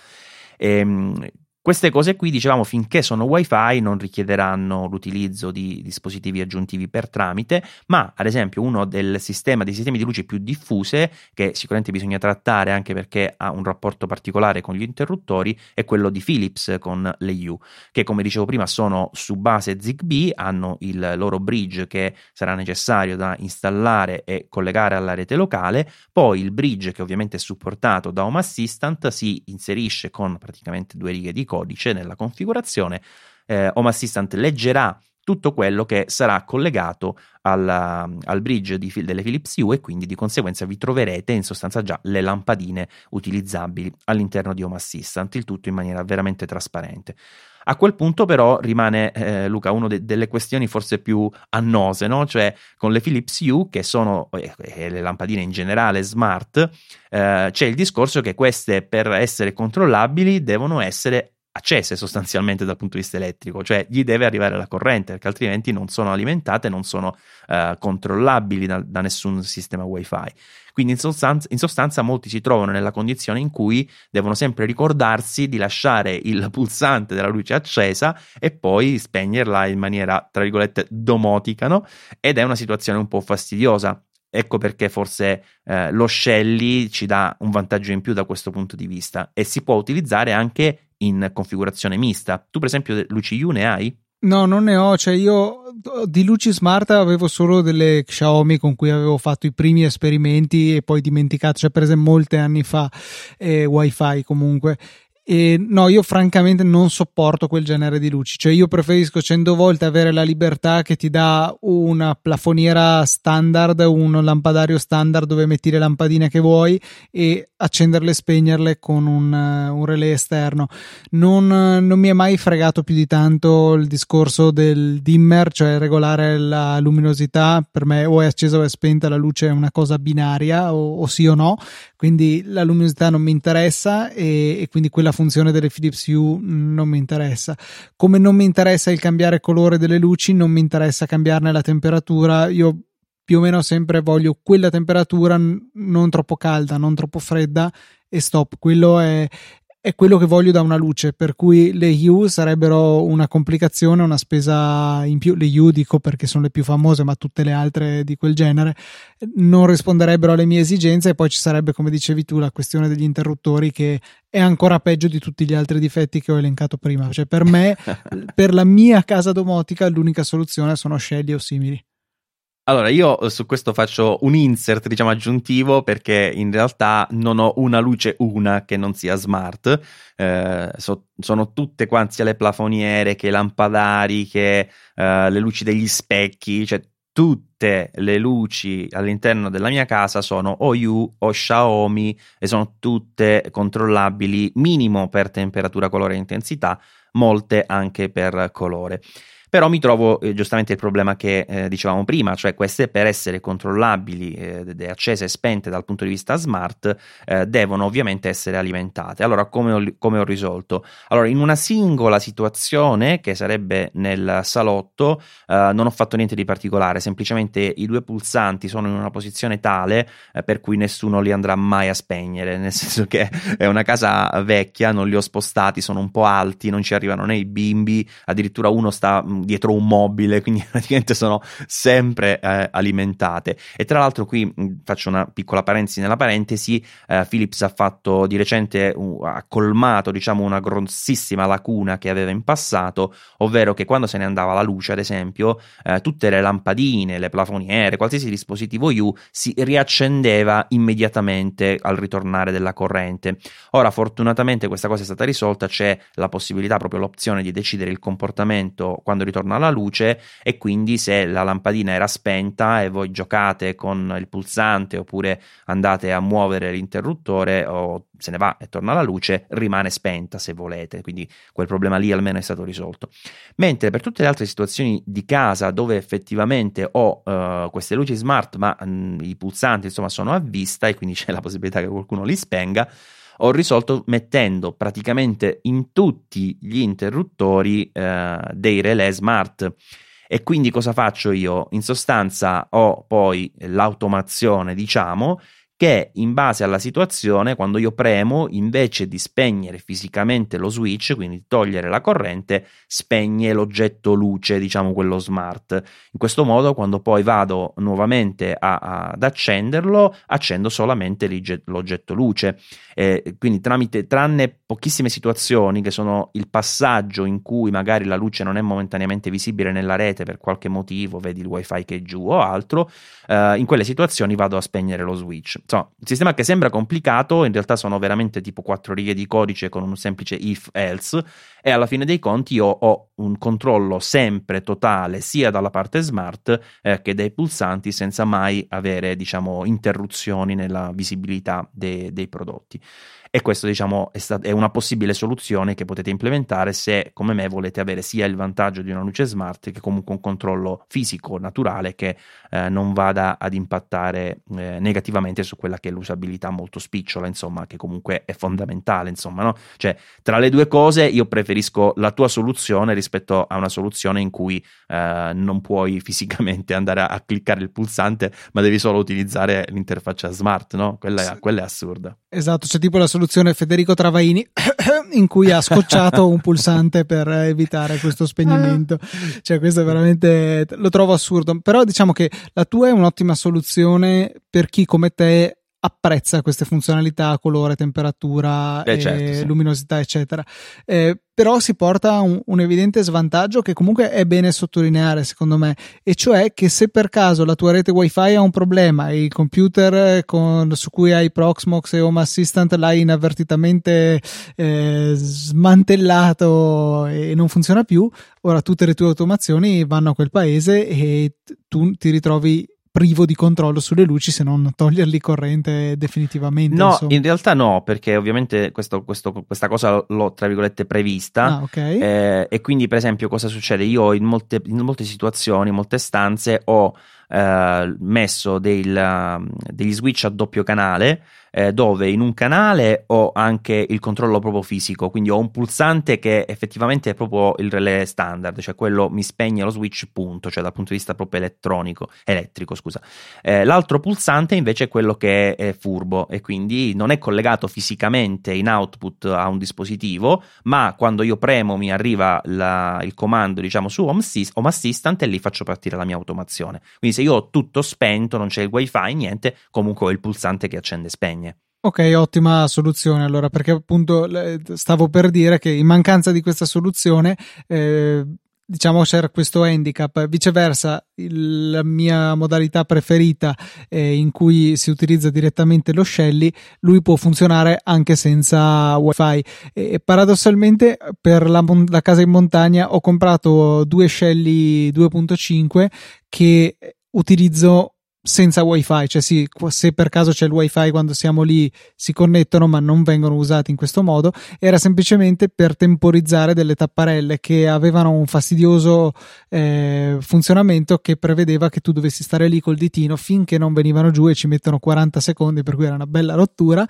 Ehm, Queste cose qui, dicevamo, finché sono Wi-Fi non richiederanno l'utilizzo di dispositivi aggiuntivi per tramite, ma ad esempio uno del sistema dei sistemi di luce più diffuse, che sicuramente bisogna trattare anche perché ha un rapporto particolare con gli interruttori, è quello di Philips con le U, che come dicevo prima sono su base Zigbee, hanno il loro bridge che sarà necessario da installare e collegare alla rete locale, poi il bridge, che ovviamente è supportato da Home Assistant, si inserisce con praticamente due righe di codice nella configurazione. eh, Home Assistant leggerà tutto quello che sarà collegato alla, al bridge di, delle Philips Hue e quindi di conseguenza vi troverete in sostanza già le lampadine utilizzabili all'interno di Home Assistant, il tutto in maniera veramente trasparente. A quel punto però rimane, eh, Luca, una de- delle questioni forse più annose, no? Cioè con le Philips Hue, che sono eh, eh, le lampadine in generale smart, eh, c'è il discorso che queste per essere controllabili devono essere accese sostanzialmente dal punto di vista elettrico, cioè gli deve arrivare la corrente, perché altrimenti non sono alimentate, non sono uh, controllabili da, da nessun sistema wifi. Quindi in sostanza, in sostanza molti si trovano nella condizione in cui devono sempre ricordarsi di lasciare il pulsante della luce accesa e poi spegnerla in maniera, tra virgolette, domotica, no? Ed è una situazione un po' fastidiosa. Ecco perché forse eh, lo Shelly ci dà un vantaggio in più da questo punto di vista, e si può utilizzare anche in configurazione mista. Tu per esempio luci U ne hai? No, non ne ho, cioè io di luci smart avevo solo delle Xiaomi con cui avevo fatto i primi esperimenti e poi dimenticato, cioè per esempio molti anni fa, eh, wifi comunque. E no, io francamente non sopporto quel genere di luci, cioè io preferisco cento volte avere la libertà che ti dà una plafoniera standard, un lampadario standard dove metti le lampadine che vuoi e accenderle e spegnerle con un, un relè esterno. Non, non mi è mai fregato più di tanto il discorso del dimmer, cioè regolare la luminosità. Per me o è accesa o è spenta, la luce è una cosa binaria, o, o sì o no, quindi la luminosità non mi interessa, e, e quindi quella funzione delle Philips Hue non mi interessa. Come non mi interessa il cambiare colore delle luci, non mi interessa cambiarne la temperatura. Io più o meno sempre voglio quella temperatura, non troppo calda, non troppo fredda, e stop. Quello è, è quello che voglio da una luce, per cui le Hue sarebbero una complicazione, una spesa in più. Le Hue dico perché sono le più famose, ma tutte le altre di quel genere non risponderebbero alle mie esigenze, e poi ci sarebbe, come dicevi tu, la questione degli interruttori, che è ancora peggio di tutti gli altri difetti che ho elencato prima. Cioè per me, per la mia casa domotica, l'unica soluzione sono Shelly o simili. Allora, io su questo faccio un insert, diciamo, aggiuntivo, perché in realtà non ho una luce una che non sia smart. Eh, so, sono tutte quante, sia le plafoniere che i lampadari, che eh, le luci degli specchi, cioè tutte le luci all'interno della mia casa sono o Hue o Xiaomi, e sono tutte controllabili minimo per temperatura, colore e intensità, molte anche per colore. Però mi trovo eh, giustamente il problema che eh, dicevamo prima, cioè queste, per essere controllabili, eh, accese e spente dal punto di vista smart, eh, devono ovviamente essere alimentate. Allora, come ho, come ho risolto? Allora, in una singola situazione, che sarebbe nel salotto, eh, non ho fatto niente di particolare, semplicemente i due pulsanti sono in una posizione tale eh, per cui nessuno li andrà mai a spegnere, nel senso che è una casa vecchia, non li ho spostati, sono un po' alti, non ci arrivano né i bimbi, addirittura uno sta dietro un mobile, quindi praticamente sono sempre eh, alimentate. E tra l'altro qui mh, faccio una piccola parentesi nella parentesi, eh, Philips ha fatto di recente, uh, ha colmato, diciamo, una grossissima lacuna che aveva in passato, ovvero che quando se ne andava la luce, ad esempio, eh, tutte le lampadine, le plafoniere, qualsiasi dispositivo Hue si riaccendeva immediatamente al ritornare della corrente. Ora, fortunatamente questa cosa è stata risolta, c'è la possibilità, proprio l'opzione di decidere il comportamento quando ritorna la luce, e quindi se la lampadina era spenta e voi giocate con il pulsante oppure andate a muovere l'interruttore, o se ne va e torna la luce, rimane spenta se volete, quindi quel problema lì almeno è stato risolto. Mentre per tutte le altre situazioni di casa dove effettivamente ho uh, queste luci smart ma mh, i pulsanti insomma sono a vista, e quindi c'è la possibilità che qualcuno li spenga, ho risolto mettendo praticamente in tutti gli interruttori eh, dei relè smart. E quindi cosa faccio io? In sostanza ho poi l'automazione, diciamo, che in base alla situazione, quando io premo, invece di spegnere fisicamente lo switch, quindi togliere la corrente, spegne l'oggetto luce, diciamo quello smart. In questo modo, quando poi vado nuovamente a, a, ad accenderlo, accendo solamente l'oggetto luce. Eh, quindi tramite, tranne pochissime situazioni, che sono il passaggio in cui magari la luce non è momentaneamente visibile nella rete per qualche motivo, vedi il wifi che è giù o altro, eh, in quelle situazioni vado a spegnere lo switch. Insomma, un sistema che sembra complicato, in realtà sono veramente tipo quattro righe di codice con un semplice if else, e alla fine dei conti io ho un controllo sempre totale sia dalla parte smart eh, che dai pulsanti, senza mai avere, diciamo, interruzioni nella visibilità de- dei prodotti. E questo, diciamo, è, stat- è una possibile soluzione che potete implementare se, come me, volete avere sia il vantaggio di una luce smart che comunque un controllo fisico naturale che eh, non vada ad impattare eh, negativamente su quella che è l'usabilità molto spicciola, insomma, che comunque è fondamentale, insomma, no? Cioè, tra le due cose io preferisco la tua soluzione rispetto a una soluzione in cui eh, non puoi fisicamente andare a, a cliccare il pulsante, ma devi solo utilizzare l'interfaccia smart, no? Quella è, quella è assurda. Esatto, c'è tipo la soluzione Federico Travaini in cui ha scocciato un pulsante per evitare questo spegnimento. Cioè, questo è veramente, lo trovo assurdo, però diciamo che la tua è un'ottima soluzione per chi come te apprezza queste funzionalità, colore, temperatura, Beh, e certo, sì. luminosità, eccetera. Eh, però si porta un, un evidente svantaggio che comunque è bene sottolineare, secondo me, e cioè che se per caso la tua rete wifi ha un problema e il computer con, su cui hai Proxmox e Home Assistant l'hai inavvertitamente eh, smantellato e non funziona più, ora tutte le tue automazioni vanno a quel paese e tu ti ritrovi privo di controllo sulle luci, se non toglierli corrente definitivamente. No, insomma. In realtà no, perché ovviamente questo, questo, questa cosa l'ho tra virgolette prevista. Ah, okay. eh, e quindi per esempio cosa succede? Io in molte, in molte situazioni, in molte stanze ho eh, messo del, degli switch a doppio canale, eh, dove in un canale ho anche il controllo proprio fisico, quindi ho un pulsante che effettivamente è proprio il relè standard, cioè quello mi spegne lo switch, punto, cioè dal punto di vista proprio elettronico, elettrico, scusa. Eh, l'altro pulsante invece è quello che è, è furbo e quindi non è collegato fisicamente in output a un dispositivo, ma quando io premo mi arriva la, il comando, diciamo, su Home, Home Assistant e lì faccio partire la mia automazione. Quindi se io ho tutto spento, non c'è il wifi, niente, comunque ho il pulsante che accende e spegne. Ok, ottima soluzione allora, perché appunto stavo per dire che in mancanza di questa soluzione eh, diciamo c'era questo handicap. Viceversa, il, la mia modalità preferita eh, in cui si utilizza direttamente lo Shelly, lui può funzionare anche senza wifi e, e paradossalmente per la, la casa in montagna ho comprato due Shelly due punto cinque che utilizzo senza wifi, cioè sì, se per caso c'è il wifi quando siamo lì si connettono ma non vengono usati in questo modo. Era semplicemente per temporizzare delle tapparelle che avevano un fastidioso eh, funzionamento che prevedeva che tu dovessi stare lì col ditino finché non venivano giù e ci mettono quaranta secondi, per cui era una bella rottura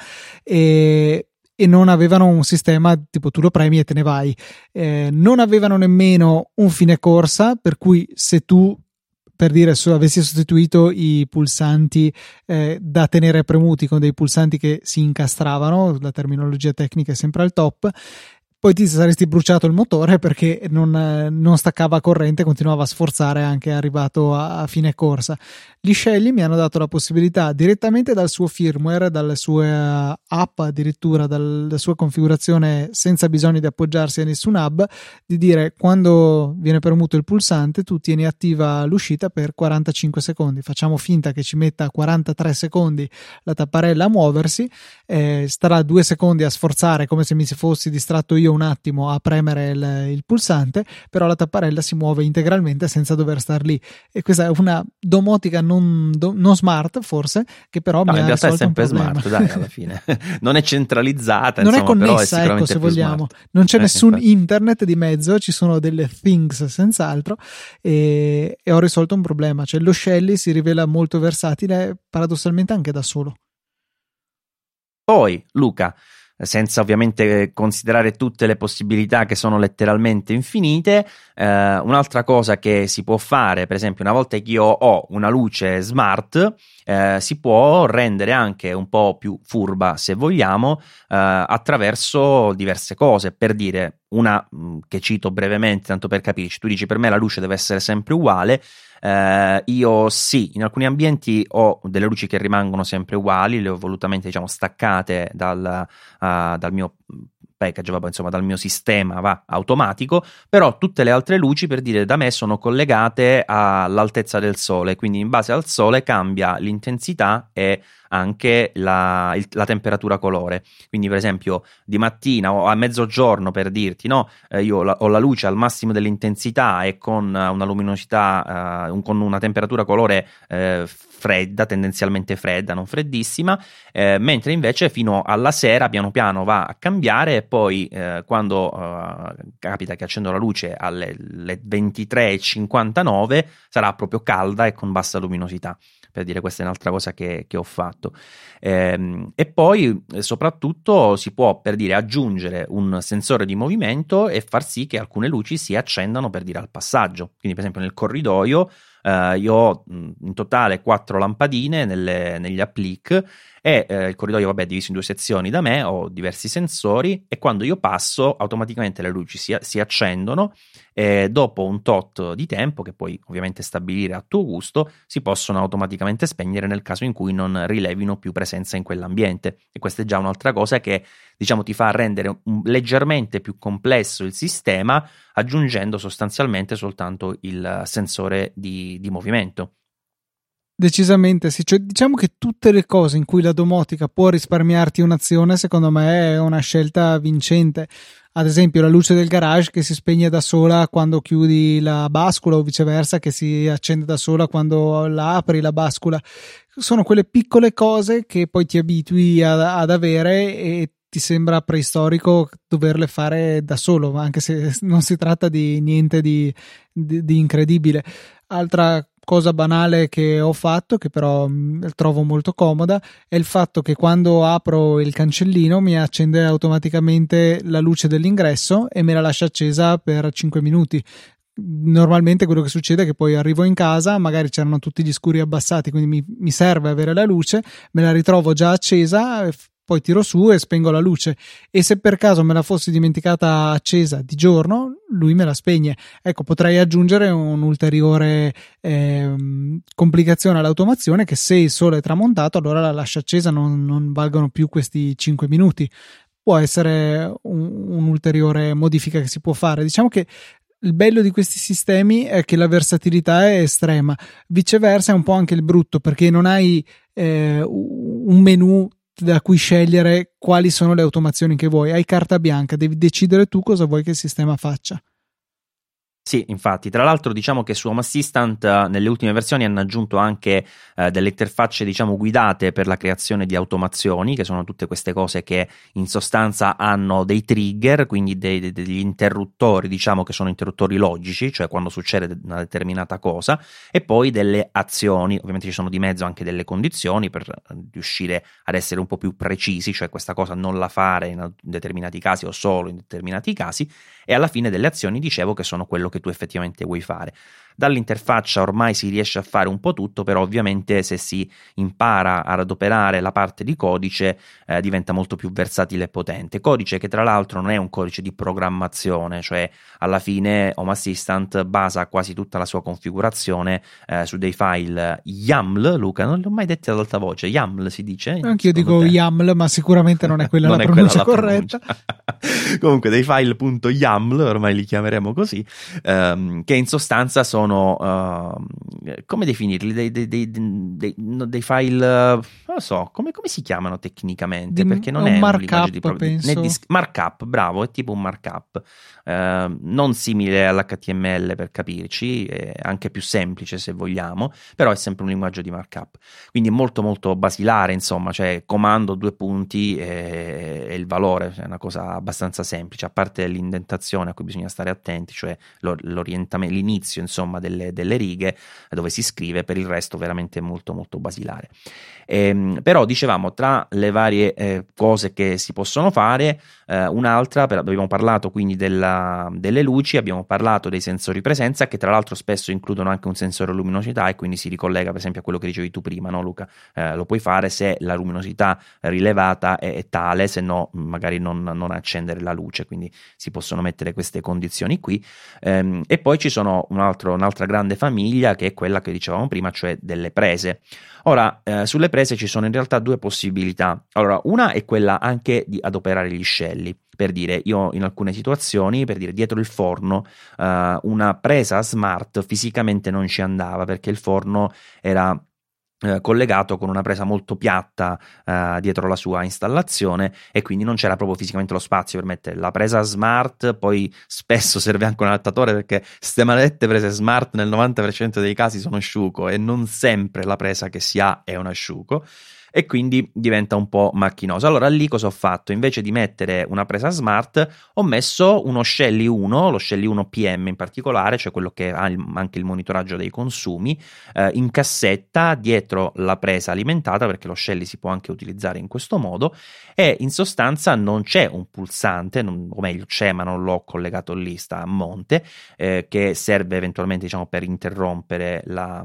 e e non avevano un sistema tipo tu lo premi e te ne vai. Eh, non avevano nemmeno un fine corsa, per cui se tu, per dire, se avessi sostituito i pulsanti eh, da tenere premuti con dei pulsanti che si incastravano, la terminologia tecnica è sempre al top, poi ti saresti bruciato il motore perché non, non staccava corrente, continuava a sforzare anche arrivato a, a fine corsa. Gli Shelly mi hanno dato la possibilità direttamente dal suo firmware, dalle sue app, addirittura dalla sua configurazione, senza bisogno di appoggiarsi a nessun hub, di dire quando viene premuto il pulsante tu tieni attiva l'uscita per quarantacinque secondi. Facciamo finta che ci metta quarantatré secondi la tapparella a muoversi, eh, starà due secondi a sforzare come se mi si fossi distratto io un attimo a premere il, il pulsante, però la tapparella si muove integralmente senza dover star lì. E questa è una domotica non, do, non smart forse, che però no, mi in ha realtà è risolto sempre un problema. smart, dai, alla fine non è centralizzata, non insomma, è connessa, però è sicuramente ecco, se più vogliamo smart. non c'è eh, nessun infatti. internet di mezzo, ci sono delle things senz'altro e, e ho risolto un problema, cioè lo Shelly si rivela molto versatile paradossalmente anche da solo. Poi Luca, senza ovviamente considerare tutte le possibilità che sono letteralmente infinite, eh, un'altra cosa che si può fare, per esempio una volta che io ho una luce smart, eh, si può rendere anche un po' più furba, se vogliamo, eh, attraverso diverse cose. Per dire, una mh, che cito brevemente, tanto per capirci, tu dici per me la luce deve essere sempre uguale. Uh, io sì, in alcuni ambienti ho delle luci che rimangono sempre uguali, le ho volutamente, diciamo, staccate dal, uh, dal mio package, vabbè, insomma dal mio sistema va automatico, però tutte le altre luci, per dire, da me sono collegate all'altezza del sole, quindi in base al sole cambia l'intensità e anche la, il, la temperatura colore. Quindi per esempio di mattina o a mezzogiorno, per dirti, no, eh, io la, ho la luce al massimo dell'intensità e con una luminosità, eh, un, con una temperatura colore eh, fredda, tendenzialmente fredda, non freddissima, eh, mentre invece fino alla sera piano piano va a cambiare e poi eh, quando eh, capita che accendo la luce alle ventitré e cinquantanove sarà proprio calda e con bassa luminosità. Per dire, questa è un'altra cosa che, che ho fatto. Ehm, e poi eh, soprattutto si può, per dire, aggiungere un sensore di movimento e far sì che alcune luci si accendano, per dire, al passaggio. Quindi per esempio nel corridoio Uh, io ho mh, in totale quattro lampadine nelle, negli applique e eh, il corridoio, vabbè, è diviso in due sezioni da me, ho diversi sensori e quando io passo automaticamente le luci si, si accendono e dopo un tot di tempo, che puoi ovviamente stabilire a tuo gusto, si possono automaticamente spegnere nel caso in cui non rilevino più presenza in quell'ambiente. E questa è già un'altra cosa che, diciamo, ti fa rendere un, leggermente più complesso il sistema, aggiungendo sostanzialmente soltanto il sensore di, di movimento. Decisamente sì, cioè, diciamo che tutte le cose in cui la domotica può risparmiarti un'azione, secondo me è una scelta vincente. Ad esempio la luce del garage che si spegne da sola quando chiudi la bascula o viceversa, che si accende da sola quando la apri la bascula. Sono quelle piccole cose che poi ti abitui a, ad avere e ti sembra preistorico doverle fare da solo, anche se non si tratta di niente di, di, di incredibile. Altra cosa banale che ho fatto, che però mh, trovo molto comoda, è il fatto che quando apro il cancellino mi accende automaticamente la luce dell'ingresso e me la lascia accesa per cinque minuti. Normalmente quello che succede è che poi arrivo in casa, magari c'erano tutti gli scuri abbassati, quindi mi, mi serve avere la luce, me la ritrovo già accesa, poi tiro su e spengo la luce, e se per caso me la fossi dimenticata accesa di giorno, lui me la spegne. Ecco, potrei aggiungere un'ulteriore eh, complicazione all'automazione, che se il sole è tramontato allora la lascia accesa, non, non valgono più questi cinque minuti. Può essere un, un'ulteriore modifica che si può fare. Diciamo che il bello di questi sistemi è che la versatilità è estrema, viceversa è un po' anche il brutto, perché non hai eh, un menu da cui scegliere quali sono le automazioni che vuoi. Hai carta bianca, devi decidere tu cosa vuoi che il sistema faccia. Sì, infatti, tra l'altro diciamo che su Home Assistant eh, nelle ultime versioni hanno aggiunto anche eh, delle interfacce, diciamo, guidate per la creazione di automazioni, che sono tutte queste cose che in sostanza hanno dei trigger, quindi dei, dei, degli interruttori, diciamo, che sono interruttori logici, cioè quando succede una determinata cosa, e poi delle azioni. Ovviamente ci sono di mezzo anche delle condizioni per riuscire ad essere un po' più precisi, cioè questa cosa non la fare in determinati casi o solo in determinati casi, e alla fine delle azioni dicevo che sono quello che tu effettivamente vuoi fare. Dall'interfaccia ormai si riesce a fare un po' tutto, però ovviamente se si impara ad adoperare la parte di codice eh, diventa molto più versatile e potente. Codice che tra l'altro non è un codice di programmazione, cioè alla fine Home Assistant basa quasi tutta la sua configurazione eh, su dei file YAML. Luca, non l'ho mai detto ad alta voce, YAML si dice? Anch'io dico te? YAML, ma sicuramente non è quella non la è pronuncia quella corretta. Pronuncia. Comunque dei file.yaml, ormai li chiameremo così, ehm, che in sostanza sono Uh, come definirli? Dei, dei, dei, dei, dei file, uh, non lo so, come, come si chiamano tecnicamente? Di, perché non un è markup, un pro- penso. Di, markup, bravo, è tipo un markup, uh, non simile all'H T M L per capirci, è anche più semplice se vogliamo, però è sempre un linguaggio di markup, quindi è molto molto basilare, insomma, cioè comando due punti e, e il valore, è una cosa abbastanza semplice, a parte l'indentazione a cui bisogna stare attenti, cioè l'orientamento, l'inizio, insomma, Delle, delle righe dove si scrive. Per il resto veramente molto molto basilare. Ehm, però dicevamo, tra le varie eh, cose che si possono fare, eh, un'altra, per, abbiamo parlato quindi della, delle luci, abbiamo parlato dei sensori presenza, che tra l'altro spesso includono anche un sensore luminosità, e quindi si ricollega per esempio a quello che dicevi tu prima, no Luca? Eh, lo puoi fare se la luminosità rilevata è, è tale, se no magari non, non accendere la luce, quindi si possono mettere queste condizioni qui. Ehm, e poi ci sono un altro, un'altra grande famiglia, che è quella che dicevamo prima, cioè delle prese. Ora, eh, sulle prese ci sono in realtà due possibilità. Allora, una è quella anche di adoperare gli scelli. Per dire, io in alcune situazioni, per dire, dietro il forno, eh, una presa smart fisicamente non ci andava, perché il forno era Eh, collegato con una presa molto piatta eh, dietro la sua installazione, e quindi non c'era proprio fisicamente lo spazio per mettere la presa smart. Poi spesso serve anche un adattatore, perché ste maledette prese smart nel novanta per cento dei casi sono asciugo, e non sempre la presa che si ha è un asciugo, e quindi diventa un po' macchinoso. Allora lì cosa ho fatto? Invece di mettere una presa smart, ho messo uno Shelly uno, lo Shelly uno P M in particolare, cioè quello che ha il, anche il monitoraggio dei consumi, eh, in cassetta dietro la presa alimentata, perché lo Shelly si può anche utilizzare in questo modo, e in sostanza non c'è un pulsante, non, o meglio c'è ma non l'ho collegato lì, sta a monte, eh, che serve eventualmente, diciamo, per interrompere la,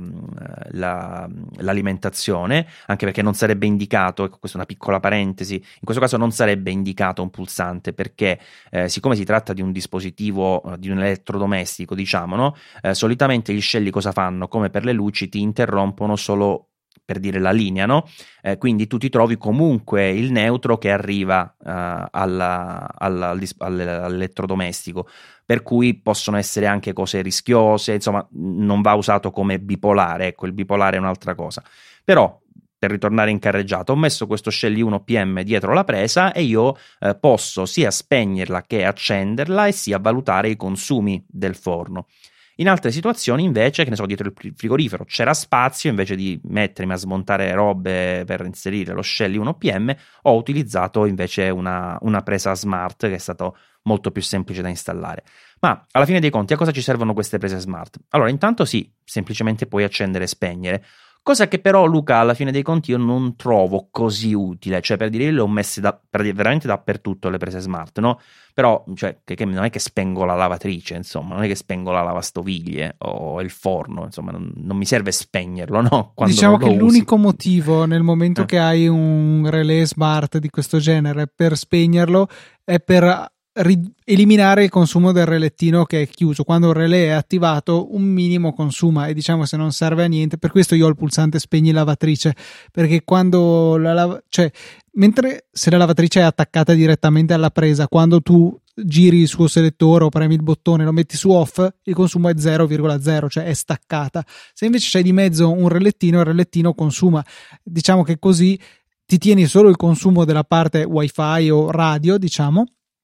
la, l'alimentazione, anche perché non sarebbe indicato, questa è una piccola parentesi, in questo caso non sarebbe indicato un pulsante, perché eh, siccome si tratta di un dispositivo, eh, di un elettrodomestico, diciamo, no? Eh, solitamente gli Shelly cosa fanno? Come per le luci, ti interrompono solo, per dire, la linea, no? Eh, quindi tu ti trovi comunque il neutro che arriva uh, alla, alla, all'elettrodomestico, per cui possono essere anche cose rischiose, insomma non va usato come bipolare, ecco, il bipolare è un'altra cosa. Però, per ritornare in carreggiata, ho messo questo Shelly uno P M dietro la presa, e io eh, posso sia spegnerla che accenderla, e sia valutare i consumi del forno. In altre situazioni invece, che ne so, dietro il frigorifero c'era spazio, invece di mettermi a smontare robe per inserire lo Shelly uno P M, ho utilizzato invece una, una presa smart, che è stato molto più semplice da installare. Ma alla fine dei conti, a cosa ci servono queste prese smart? Allora, intanto sì, semplicemente puoi accendere e spegnere, cosa che però, Luca, alla fine dei conti io non trovo così utile, cioè, per dire, io le ho messe da, per dire, veramente dappertutto le prese smart, no? Però, cioè, che, che non è che spengo la lavatrice, insomma, non è che spengo la lavastoviglie o il forno, insomma, non, non mi serve spegnerlo, no? Quando diciamo che usi. L'unico motivo, nel momento eh. che hai un relay smart di questo genere, per spegnerlo è per ri- eliminare il consumo del relettino che è chiuso. Quando il relay è attivato, un minimo consuma, e diciamo se non serve a niente. Per questo io ho il pulsante spegni lavatrice, perché quando la lava- cioè mentre se la lavatrice è attaccata direttamente alla presa, quando tu giri il suo selettore o premi il bottone, lo metti su off, il consumo è zero virgola zero, cioè è staccata. Se invece c'è di mezzo un relettino, il relettino consuma. Diciamo che così ti tieni solo il consumo della parte wifi o radio, diciamo,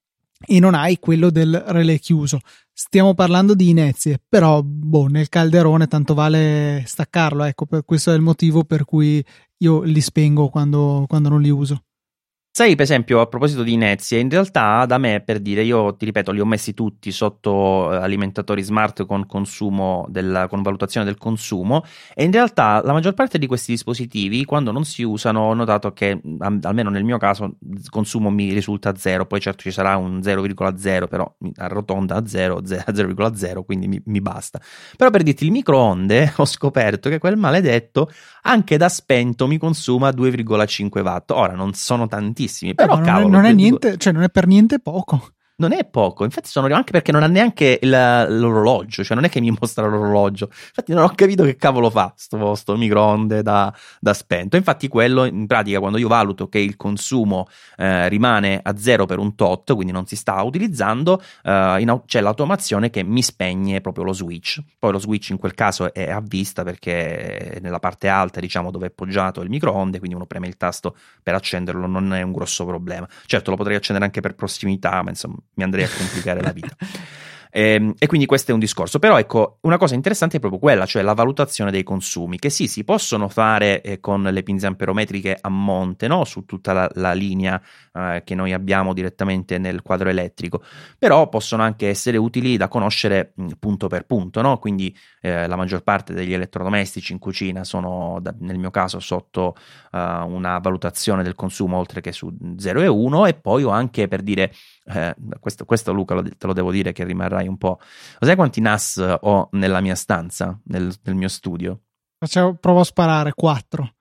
e non hai quello del relay chiuso. Stiamo parlando di inezie, però boh, nel calderone tanto vale staccarlo, ecco, per questo è il motivo per cui io li spengo quando, quando non li uso. Sai, per esempio, a proposito di inezie, in realtà da me, per dire, io ti ripeto, li ho messi tutti sotto alimentatori smart con consumo della, con valutazione del consumo, e in realtà la maggior parte di questi dispositivi, quando non si usano, ho notato che, almeno nel mio caso, il consumo mi risulta zero. Poi certo ci sarà un zero virgola zero, però arrotonda a zero, zero virgola zero, quindi mi, mi basta. Però, per dirti, il microonde, ho scoperto che quel maledetto anche da spento mi consuma due virgola cinque watt. Ora non sono tanti, però, eh, non, cavolo, è, non è niente, cioè non è per niente poco. Non è poco, infatti sono anche perché non ha neanche il, l'orologio, cioè non è che mi mostra l'orologio, infatti non ho capito che cavolo fa sto, sto microonde da, da spento. Infatti quello, in pratica, quando io valuto che il consumo eh, rimane a zero per un tot, quindi non si sta utilizzando, eh, in, c'è l'automazione che mi spegne proprio lo switch. Poi lo switch in quel caso è a vista, perché è nella parte alta, diciamo, dove è appoggiato il microonde, quindi uno preme il tasto per accenderlo, non è un grosso problema. Certo, lo potrei accendere anche per prossimità, ma insomma mi andrei a complicare la vita. E, e quindi questo è un discorso. Però ecco, una cosa interessante è proprio quella, cioè la valutazione dei consumi, che sì, si possono fare eh, con le pinze amperometriche a monte, no? Su tutta la, la linea eh, che noi abbiamo direttamente nel quadro elettrico, però possono anche essere utili da conoscere mh, punto per punto, no? Quindi eh, la maggior parte degli elettrodomestici in cucina sono, da, nel mio caso, sotto uh, una valutazione del consumo oltre che su zero e uno, e poi ho anche, per dire, Eh, questo, questo Luca lo, te lo devo dire che rimarrai un po'. Lo sai quanti N A S ho nella mia stanza, nel, nel mio studio? Facciamo, provo a sparare quattro.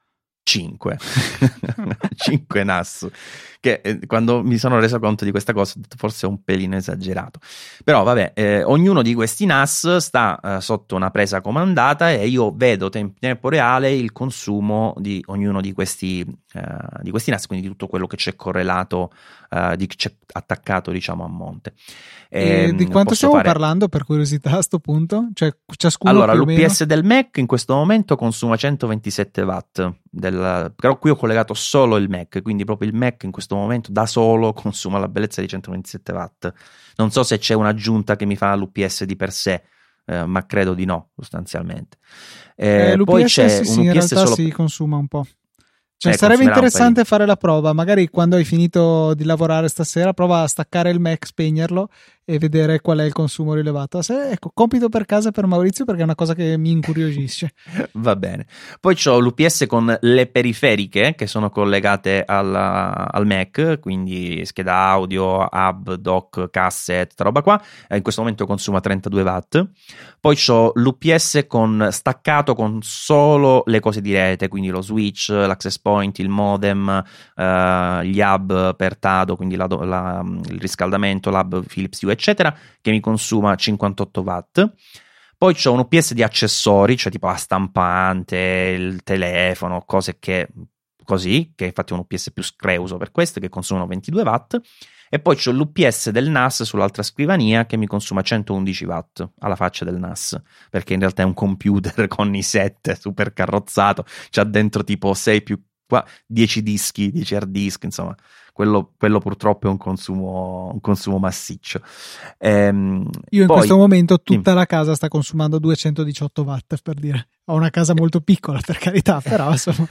cinque cinque N A S, che eh, quando mi sono reso conto di questa cosa ho detto forse è un pelino esagerato, però vabbè, eh, ognuno di questi N A S sta eh, sotto una presa comandata e io vedo in tempo reale il consumo di ognuno di questi, eh, di questi N A S, quindi di tutto quello che c'è correlato, eh, di, c'è attaccato diciamo a monte. E E, di quanto stiamo fare... parlando, per curiosità, a sto punto? Cioè, ciascuno allora, più o l'U P S del Mac in questo momento consuma centoventisette watt, del... però qui ho collegato solo il Mac, quindi proprio il Mac in questo momento da solo consuma la bellezza di centoventisette watt. Non so se c'è un'aggiunta che mi fa l'U P S di per sé, eh, ma credo di no, sostanzialmente. Eh, eh, l'U P S poi c'è sì, un sì, U P S in realtà solo... si consuma un po'. Cioè, Eh, sarebbe interessante di... fare la prova, magari quando hai finito di lavorare stasera prova a staccare il Mac, spegnerlo e vedere qual è il consumo rilevato. Se, ecco, compito per casa per Maurizio, perché è una cosa che mi incuriosisce. Va bene. Poi c'ho l'U P S con le periferiche che sono collegate alla, al Mac, quindi scheda audio, hub, dock, cassette, roba qua. Eh, in questo momento consuma trentadue watt. Poi c'ho l'U P S con staccato con solo le cose di rete, quindi lo switch, l'access point, il modem, eh, gli hub per Tado, quindi la, la, il riscaldamento, l'hub Philips Hue, eccetera, che mi consuma cinquantotto watt. Poi c'ho un U P S di accessori, cioè tipo la stampante, il telefono, cose che così, che infatti è un U P S più screuso per questo, che consumano ventidue watt. E poi c'ho l'U P S del N A S sull'altra scrivania che mi consuma centoundici watt, alla faccia del N A S, perché in realtà è un computer con i sette super carrozzato, c'ha dentro tipo sei più dieci dischi, dieci hard disk, insomma, quello, quello purtroppo è un consumo, un consumo massiccio. Ehm, Io in poi, questo momento tutta sì. la casa sta consumando duecentodiciotto watt, per dire. Ho una casa molto piccola, per carità, però insomma.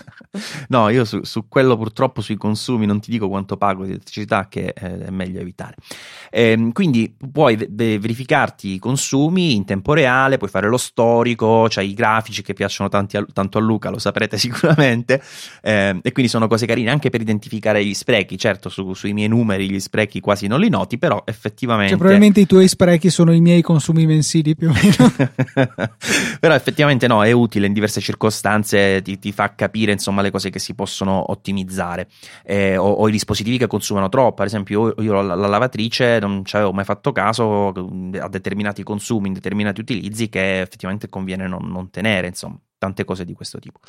No, io su, su quello purtroppo sui consumi non ti dico quanto pago di elettricità, che eh, è meglio evitare. Ehm, quindi puoi v- verificarti i consumi in tempo reale, puoi fare lo storico, c'hai cioè i grafici che piacciono tanti a, tanto a Luca, lo saprete sicuramente, ehm, e quindi sono cose carine anche per identificare gli sprechi. Certo, su, sui miei numeri gli sprechi quasi non li noti, però effettivamente... Cioè, probabilmente i tuoi sprechi sono i miei consumi mensili più o meno. Però effettivamente no, è utile in diverse circostanze, ti, ti fa capire insomma le cose che si possono ottimizzare, eh, o, o i dispositivi che consumano troppo. Ad esempio io, io la, la lavatrice non ci avevo mai fatto caso a determinati consumi, in determinati utilizzi che effettivamente conviene non, non tenere, insomma tante cose di questo tipo.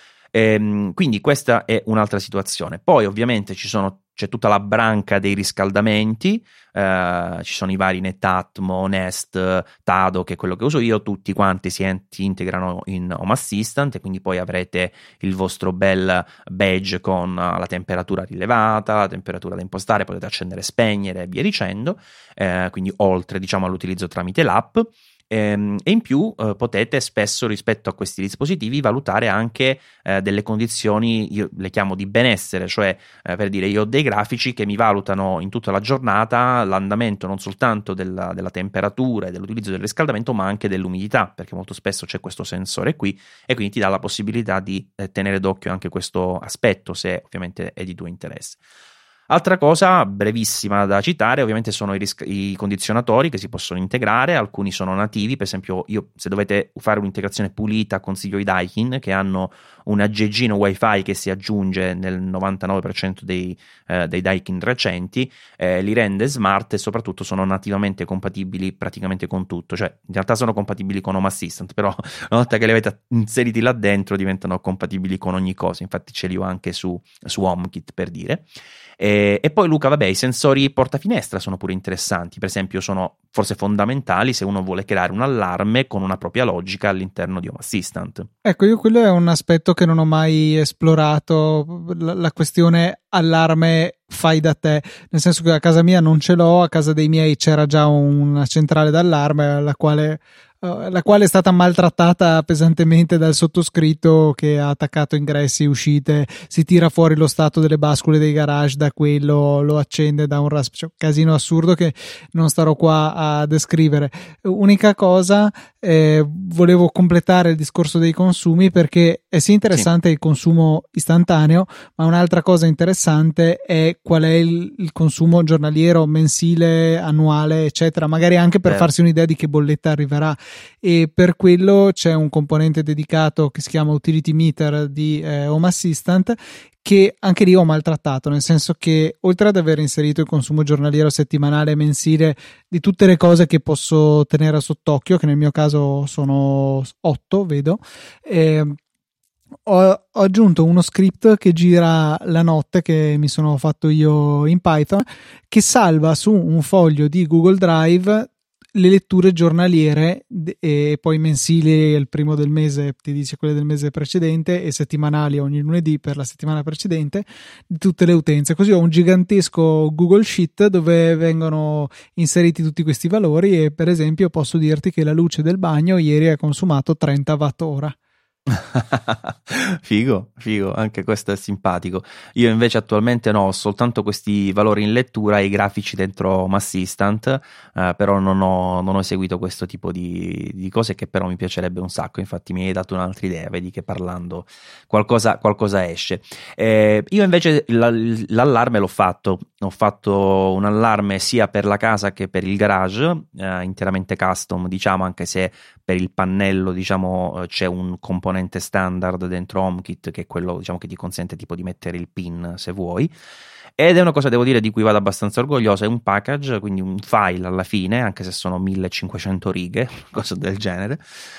Ehm, quindi questa è un'altra situazione. Poi ovviamente ci sono, c'è tutta la branca dei riscaldamenti, eh, ci sono i vari Netatmo, Nest, Tado, che è quello che uso io, tutti quanti si, en- si integrano in Home Assistant, e quindi poi avrete il vostro bel badge con la temperatura rilevata, la temperatura da impostare, potete accendere e spegnere e via dicendo, eh, quindi oltre diciamo all'utilizzo tramite l'app. E in più eh, potete spesso rispetto a questi dispositivi valutare anche eh, delle condizioni, io le chiamo di benessere, cioè eh, per dire io ho dei grafici che mi valutano in tutta la giornata l'andamento non soltanto della, della temperatura e dell'utilizzo del riscaldamento, ma anche dell'umidità, perché molto spesso c'è questo sensore qui e quindi ti dà la possibilità di eh, tenere d'occhio anche questo aspetto, se ovviamente è di tuo interesse. Altra cosa brevissima da citare ovviamente sono i, ris- i condizionatori che si possono integrare, alcuni sono nativi, per esempio io se dovete fare un'integrazione pulita consiglio i Daikin, che hanno un aggeggino wifi che si aggiunge nel novantanove per cento dei, eh, dei Daikin recenti, eh, li rende smart e soprattutto sono nativamente compatibili praticamente con tutto, cioè in realtà sono compatibili con Home Assistant, però una volta che li avete inseriti là dentro diventano compatibili con ogni cosa, infatti ce li ho anche su, su HomeKit per dire. E, e poi Luca, vabbè, i sensori portafinestra sono pure interessanti, per esempio sono forse fondamentali se uno vuole creare un allarme con una propria logica all'interno di Home Assistant. Ecco, io quello è un aspetto che non ho mai esplorato, la, la questione allarme fai da te, nel senso che a casa mia non ce l'ho, a casa dei miei c'era già una centrale d'allarme alla quale la quale è stata maltrattata pesantemente dal sottoscritto, che ha attaccato ingressi e uscite, si tira fuori lo stato delle bascule dei garage da quello, lo accende da un rasp, cioè, casino assurdo che non starò qua a descrivere. Unica cosa, eh, volevo completare il discorso dei consumi, perché è sì interessante sì. il consumo istantaneo, ma un'altra cosa interessante è qual è il, il consumo giornaliero, mensile, annuale, eccetera, magari anche per eh. farsi un'idea di che bolletta arriverà. e per quello c'è un componente dedicato che si chiama Utility Meter di eh, Home Assistant, che anche lì ho maltrattato, nel senso che oltre ad aver inserito il consumo giornaliero, settimanale e mensile di tutte le cose che posso tenere sott'occhio, che nel mio caso sono otto, vedo, eh, ho, ho aggiunto uno script che gira la notte, che mi sono fatto io in Python, che salva su un foglio di Google Drive le letture giornaliere e poi mensili il primo del mese ti dice quelle del mese precedente e settimanali ogni lunedì per la settimana precedente di tutte le utenze. Così ho un gigantesco Google Sheet dove vengono inseriti tutti questi valori e per esempio posso dirti che la luce del bagno ieri ha consumato trenta watt ora. Figo, figo, anche questo è simpatico. Io invece attualmente no, ho soltanto questi valori in lettura e i grafici dentro Home Assistant, eh, però non ho, non ho eseguito questo tipo di, di cose, che però mi piacerebbe un sacco. Infatti mi hai dato un'altra idea, vedi che parlando qualcosa, qualcosa esce. Eh, io invece la, l'allarme l'ho fatto, ho fatto un allarme sia per la casa che per il garage, eh, interamente custom, diciamo, anche se per il pannello, diciamo, c'è un componente standard dentro HomeKit che è quello, diciamo, che ti consente tipo di mettere il pin se vuoi. Ed è una cosa, devo dire, di cui vado abbastanza orgoglioso. È un package, quindi un file alla fine, anche se sono millecinquecento righe, cosa del genere,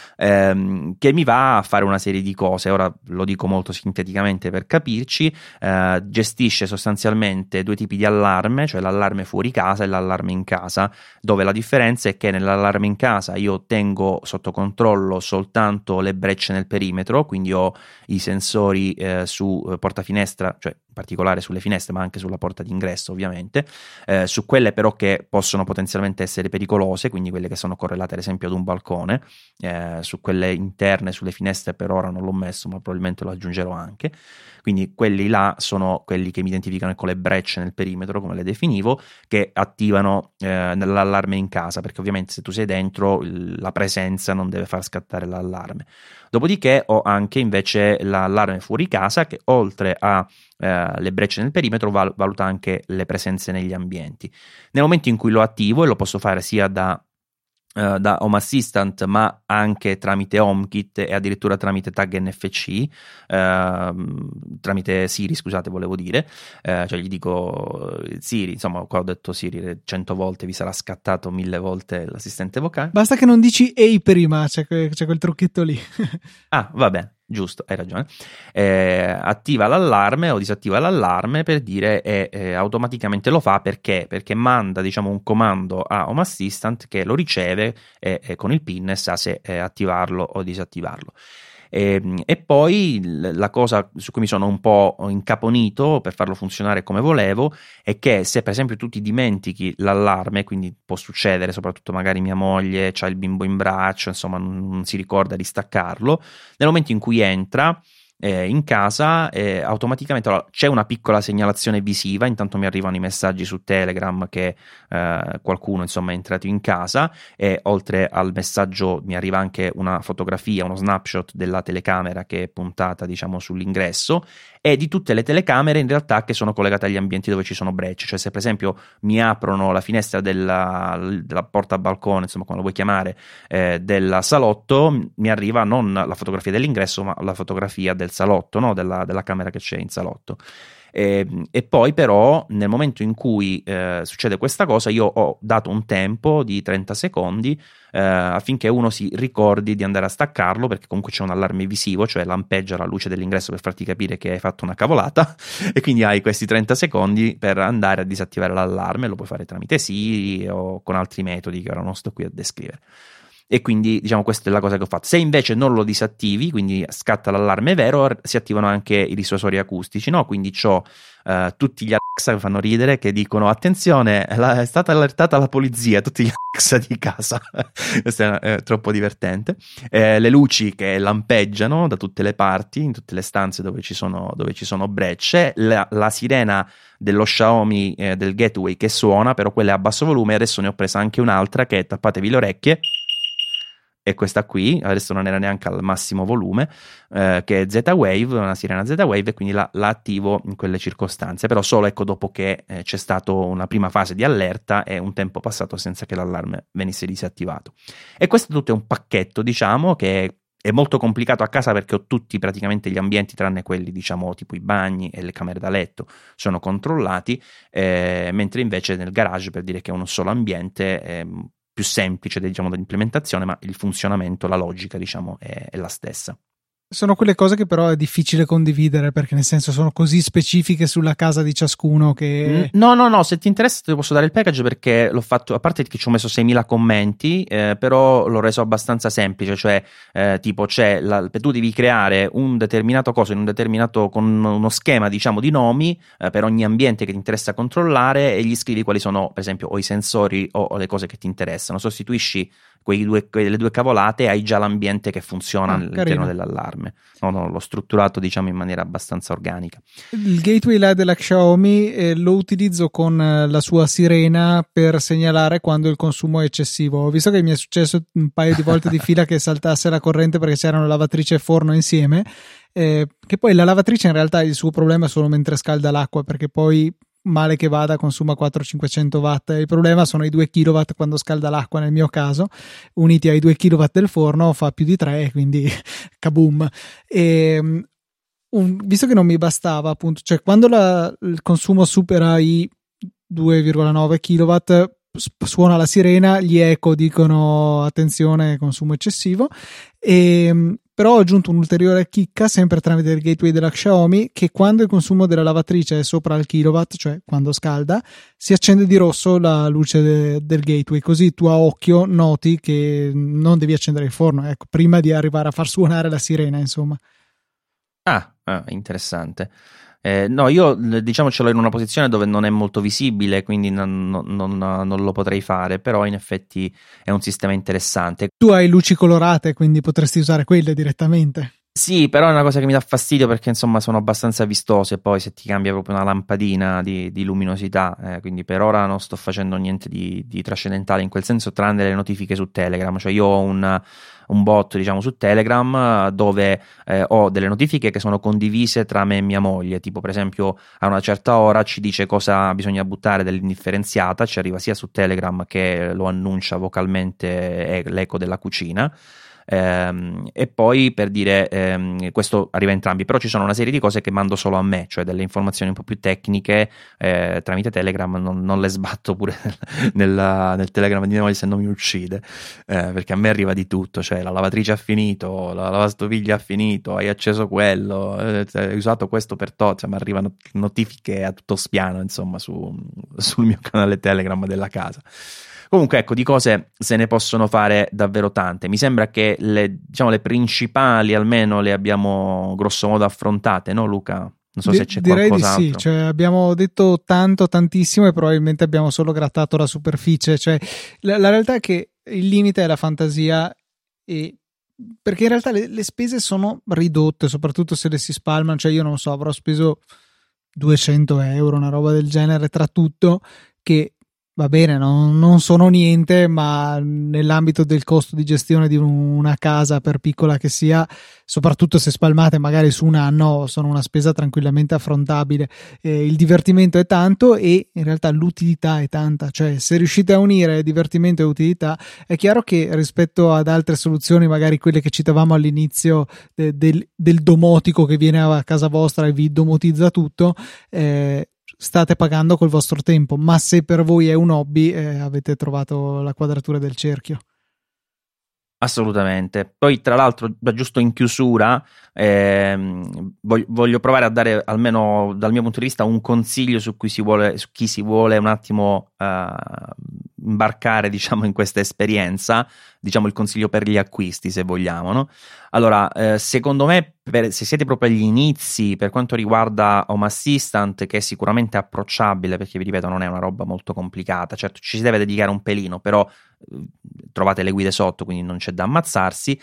ehm, che mi va a fare una serie di cose. Ora lo dico molto sinteticamente per capirci. Eh, gestisce sostanzialmente due tipi di allarme, cioè l'allarme fuori casa e l'allarme in casa, dove la differenza è che nell'allarme in casa io tengo sotto controllo soltanto le brecce nel perimetro, quindi ho i sensori eh, su porta finestra, cioè in particolare sulle finestre, ma anche sulla porta d'ingresso ovviamente, eh, su quelle però che possono potenzialmente essere pericolose, quindi quelle che sono correlate ad esempio ad un balcone, eh, su quelle interne, sulle finestre per ora non l'ho messo, ma probabilmente lo aggiungerò anche. Quindi quelli là sono quelli che mi identificano con le brecce nel perimetro, come le definivo, che attivano eh, l'allarme in casa, perché ovviamente se tu sei dentro la presenza non deve far scattare l'allarme. Dopodiché ho anche invece l'allarme fuori casa, che oltre a eh, le brecce nel perimetro val- valuta anche le presenze negli ambienti. Nel momento in cui lo attivo, e lo posso fare sia da Uh, da Home Assistant ma anche tramite HomeKit e addirittura tramite tag N F C, uh, tramite Siri, scusate, volevo dire, uh, cioè gli dico Siri, insomma, qua ho detto Siri cento volte, vi sarà scattato mille volte l'assistente vocale. Basta che non dici ehi prima, c'è, que- c'è quel trucchetto lì. Ah, va bene. Giusto, hai ragione. Eh, attiva l'allarme o disattiva l'allarme per dire e eh, automaticamente lo fa perché? Perché manda, diciamo, un comando a Home Assistant che lo riceve e, e con il pin sa se eh, attivarlo o disattivarlo. E, e poi la cosa su cui mi sono un po' incaponito per farlo funzionare come volevo è che se per esempio tu ti dimentichi l'allarme, quindi può succedere, soprattutto magari mia moglie c'ha il bimbo in braccio, insomma non, non si ricorda di staccarlo, nel momento in cui entra eh, in casa eh, automaticamente allora, c'è una piccola segnalazione visiva, intanto mi arrivano i messaggi su Telegram che eh, qualcuno insomma è entrato in casa, e oltre al messaggio mi arriva anche una fotografia, uno snapshot della telecamera che è puntata, diciamo, sull'ingresso, e di tutte le telecamere in realtà che sono collegate agli ambienti dove ci sono brecce. Cioè se per esempio mi aprono la finestra della, della porta balcone, insomma come lo vuoi chiamare, eh, del salotto, mi arriva non la fotografia dell'ingresso ma la fotografia del salotto, no? della, della camera che c'è in salotto. E, e poi però nel momento in cui eh, succede questa cosa io ho dato un tempo di trenta secondi eh, affinché uno si ricordi di andare a staccarlo, perché comunque c'è un allarme visivo, cioè lampeggia la luce dell'ingresso per farti capire che hai fatto una cavolata e quindi hai questi trenta secondi per andare a disattivare l'allarme. Lo puoi fare tramite Siri o con altri metodi che ora non sto qui a descrivere. E quindi diciamo questa è la cosa che ho fatto. Se invece non lo disattivi, quindi scatta l'allarme vero, si attivano anche i dissuasori acustici, no? Quindi c'ho uh, tutti gli Alexa che fanno ridere, che dicono attenzione, la, è stata allertata la polizia, tutti gli Alexa di casa. Questo è eh, troppo divertente. Eh, le luci che lampeggiano da tutte le parti, in tutte le stanze dove ci sono, dove ci sono brecce, la, la sirena dello Xiaomi eh, del gateway che suona, però quella è a basso volume. Adesso ne ho presa anche un'altra che, tappatevi le orecchie, è questa qui, adesso non era neanche al massimo volume, eh, che è Z-Wave, una sirena Z-Wave, e quindi la, la attivo in quelle circostanze, però solo ecco dopo che eh, c'è stata una prima fase di allerta e un tempo passato senza che l'allarme venisse disattivato. E questo tutto è un pacchetto, diciamo, che è molto complicato a casa perché ho tutti praticamente gli ambienti, tranne quelli diciamo tipo i bagni e le camere da letto, sono controllati, eh, mentre invece nel garage, per dire che è uno solo ambiente, eh, più semplice diciamo dell'implementazione, ma il funzionamento, la logica diciamo è, è la stessa. Sono quelle cose che però è difficile condividere, perché nel senso sono così specifiche sulla casa di ciascuno che... No, no, no, se ti interessa ti posso dare il package, perché l'ho fatto, a parte che ci ho messo seimila commenti, eh, però l'ho reso abbastanza semplice, cioè eh, tipo c'è, la, tu devi creare un determinato coso in un determinato, con uno schema diciamo di nomi eh, per ogni ambiente che ti interessa controllare, e gli scrivi quali sono per esempio o i sensori o, o le cose che ti interessano, sostituisci quei due, quelle due cavolate e hai già l'ambiente che funziona ah, all'interno carino. dell'allarme. No, no, l'ho strutturato diciamo in maniera abbastanza organica. Il gateway là della Xiaomi eh, lo utilizzo con eh, la sua sirena per segnalare quando il consumo è eccessivo. Ho visto che mi è successo un paio di volte di fila che saltasse la corrente perché c'erano lavatrice e forno insieme, eh, che poi la lavatrice in realtà il suo problema è solo mentre scalda l'acqua, perché poi male che vada consuma quattrocento cinquecento watt. Il problema sono i due kilowatt quando scalda l'acqua, nel mio caso uniti ai due kilowatt del forno fa più di tre, quindi kaboom. E un, visto che non mi bastava appunto, cioè quando la, il consumo supera i due virgola nove kilowatt suona la sirena, gli eco dicono attenzione consumo eccessivo, e però ho aggiunto un'ulteriore chicca sempre tramite il gateway della Xiaomi, che quando il consumo della lavatrice è sopra il kilowatt, cioè quando scalda, si accende di rosso la luce de- del gateway, così tu a occhio noti che non devi accendere il forno, ecco, prima di arrivare a far suonare la sirena, insomma. Ah, ah interessante. Eh, no, io diciamo ce l'ho in una posizione dove non è molto visibile, quindi non, non, non, non lo potrei fare, però in effetti è un sistema interessante. Tu hai luci colorate, quindi potresti usare quelle direttamente. Sì, però è una cosa che mi dà fastidio perché insomma sono abbastanza vistose, poi se ti cambia proprio una lampadina di, di luminosità, eh, quindi per ora non sto facendo niente di, di trascendentale in quel senso, tranne le notifiche su Telegram. Cioè io ho un, un bot diciamo su Telegram dove eh, ho delle notifiche che sono condivise tra me e mia moglie, tipo per esempio a una certa ora ci dice cosa bisogna buttare dell'indifferenziata, ci arriva sia su Telegram che lo annuncia vocalmente eh, l'eco della cucina. Ehm, e poi per dire ehm, questo arriva a entrambi, però ci sono una serie di cose che mando solo a me, cioè delle informazioni un po' più tecniche eh, tramite Telegram non, non le sbatto pure nel, nel Telegram di mia moglie, se non mi uccide, eh, perché a me arriva di tutto, cioè la lavatrice ha finito, la lavastoviglie ha finito, hai acceso quello, eh, hai usato questo per tot, cioè, mi arrivano notifiche a tutto spiano insomma su, sul mio canale Telegram della casa. Comunque ecco, di cose se ne possono fare davvero tante. Mi sembra che le, diciamo, le principali almeno le abbiamo grosso modo affrontate, no Luca? Non so D- se c'è direi qualcos'altro. Direi di sì, cioè abbiamo detto tanto, tantissimo e probabilmente abbiamo solo grattato la superficie. Cioè, la, la realtà è che il limite è la fantasia, e perché in realtà le, le spese sono ridotte, soprattutto se le si spalmano. Cioè io non so, avrò speso duecento euro, una roba del genere tra tutto, che va bene, non, non sono niente, ma nell'ambito del costo di gestione di una casa, per piccola che sia, soprattutto se spalmate magari su un anno, sono una spesa tranquillamente affrontabile. Eh, il divertimento è tanto e in realtà l'utilità è tanta, cioè se riuscite a unire divertimento e utilità, è chiaro che rispetto ad altre soluzioni, magari quelle che citavamo all'inizio de, del, del domotico che viene a casa vostra e vi domotizza tutto, eh, state pagando col vostro tempo, ma se per voi è un hobby eh, avete trovato la quadratura del cerchio. Assolutamente. Poi tra l'altro, giusto in chiusura, ehm, voglio, voglio provare a dare almeno dal mio punto di vista un consiglio su cui si vuole, su chi si vuole un attimo uh, imbarcare diciamo in questa esperienza, diciamo il consiglio per gli acquisti se vogliamo, no? Allora, eh, secondo me per, se siete proprio agli inizi per quanto riguarda Home Assistant, che è sicuramente approcciabile perché vi ripeto non è una roba molto complicata, certo ci si deve dedicare un pelino, però eh, trovate le guide sotto, quindi non c'è da ammazzarsi.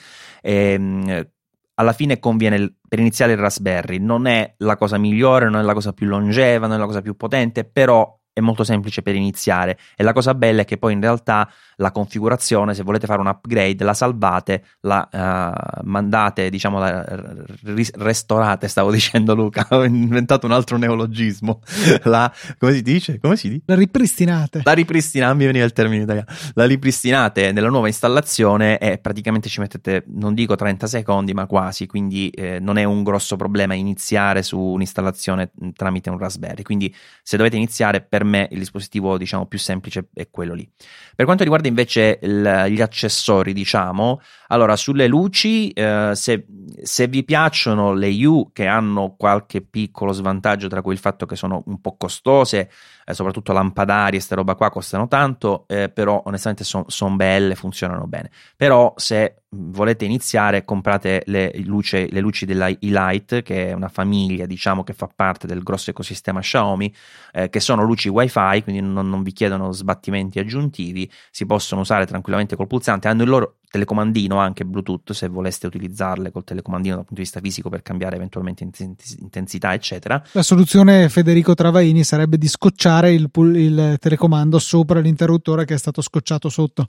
E, alla fine conviene per iniziare il Raspberry, non è la cosa migliore, non è la cosa più longeva, non è la cosa più potente, però è è molto semplice per iniziare, e la cosa bella è che poi in realtà la configurazione, se volete fare un upgrade, la salvate, la uh, mandate, diciamo, la ris- restaurate, stavo dicendo Luca, ho inventato un altro neologismo, la, come si dice? Come si dice? La ripristinate. La ripristinate, mi veniva il termine italiano, la ripristinate nella nuova installazione e praticamente ci mettete, non dico trenta secondi, ma quasi, quindi eh, non è un grosso problema iniziare su un'installazione tramite un Raspberry, quindi se dovete iniziare, per me il dispositivo, diciamo, più semplice è quello lì. Per quanto riguarda invece il, gli accessori, diciamo, allora sulle luci, eh, se, se vi piacciono le U, che hanno qualche piccolo svantaggio, tra cui il fatto che sono un po' costose, eh, soprattutto lampadarie e ste roba qua costano tanto, eh, però onestamente sono son belle, funzionano bene. Però se volete iniziare, comprate le, luce, le luci della E-Light, che è una famiglia, diciamo, che fa parte del grosso ecosistema Xiaomi, eh, che sono luci Wi-Fi, quindi non, non vi chiedono sbattimenti aggiuntivi, si possono usare tranquillamente col pulsante, hanno il loro telecomandino anche Bluetooth, se voleste utilizzarle col telecomandino dal punto di vista fisico per cambiare eventualmente intensità, eccetera. La soluzione, Federico Travaini, sarebbe di scocciare il, il telecomando sopra l'interruttore che è stato scocciato sotto.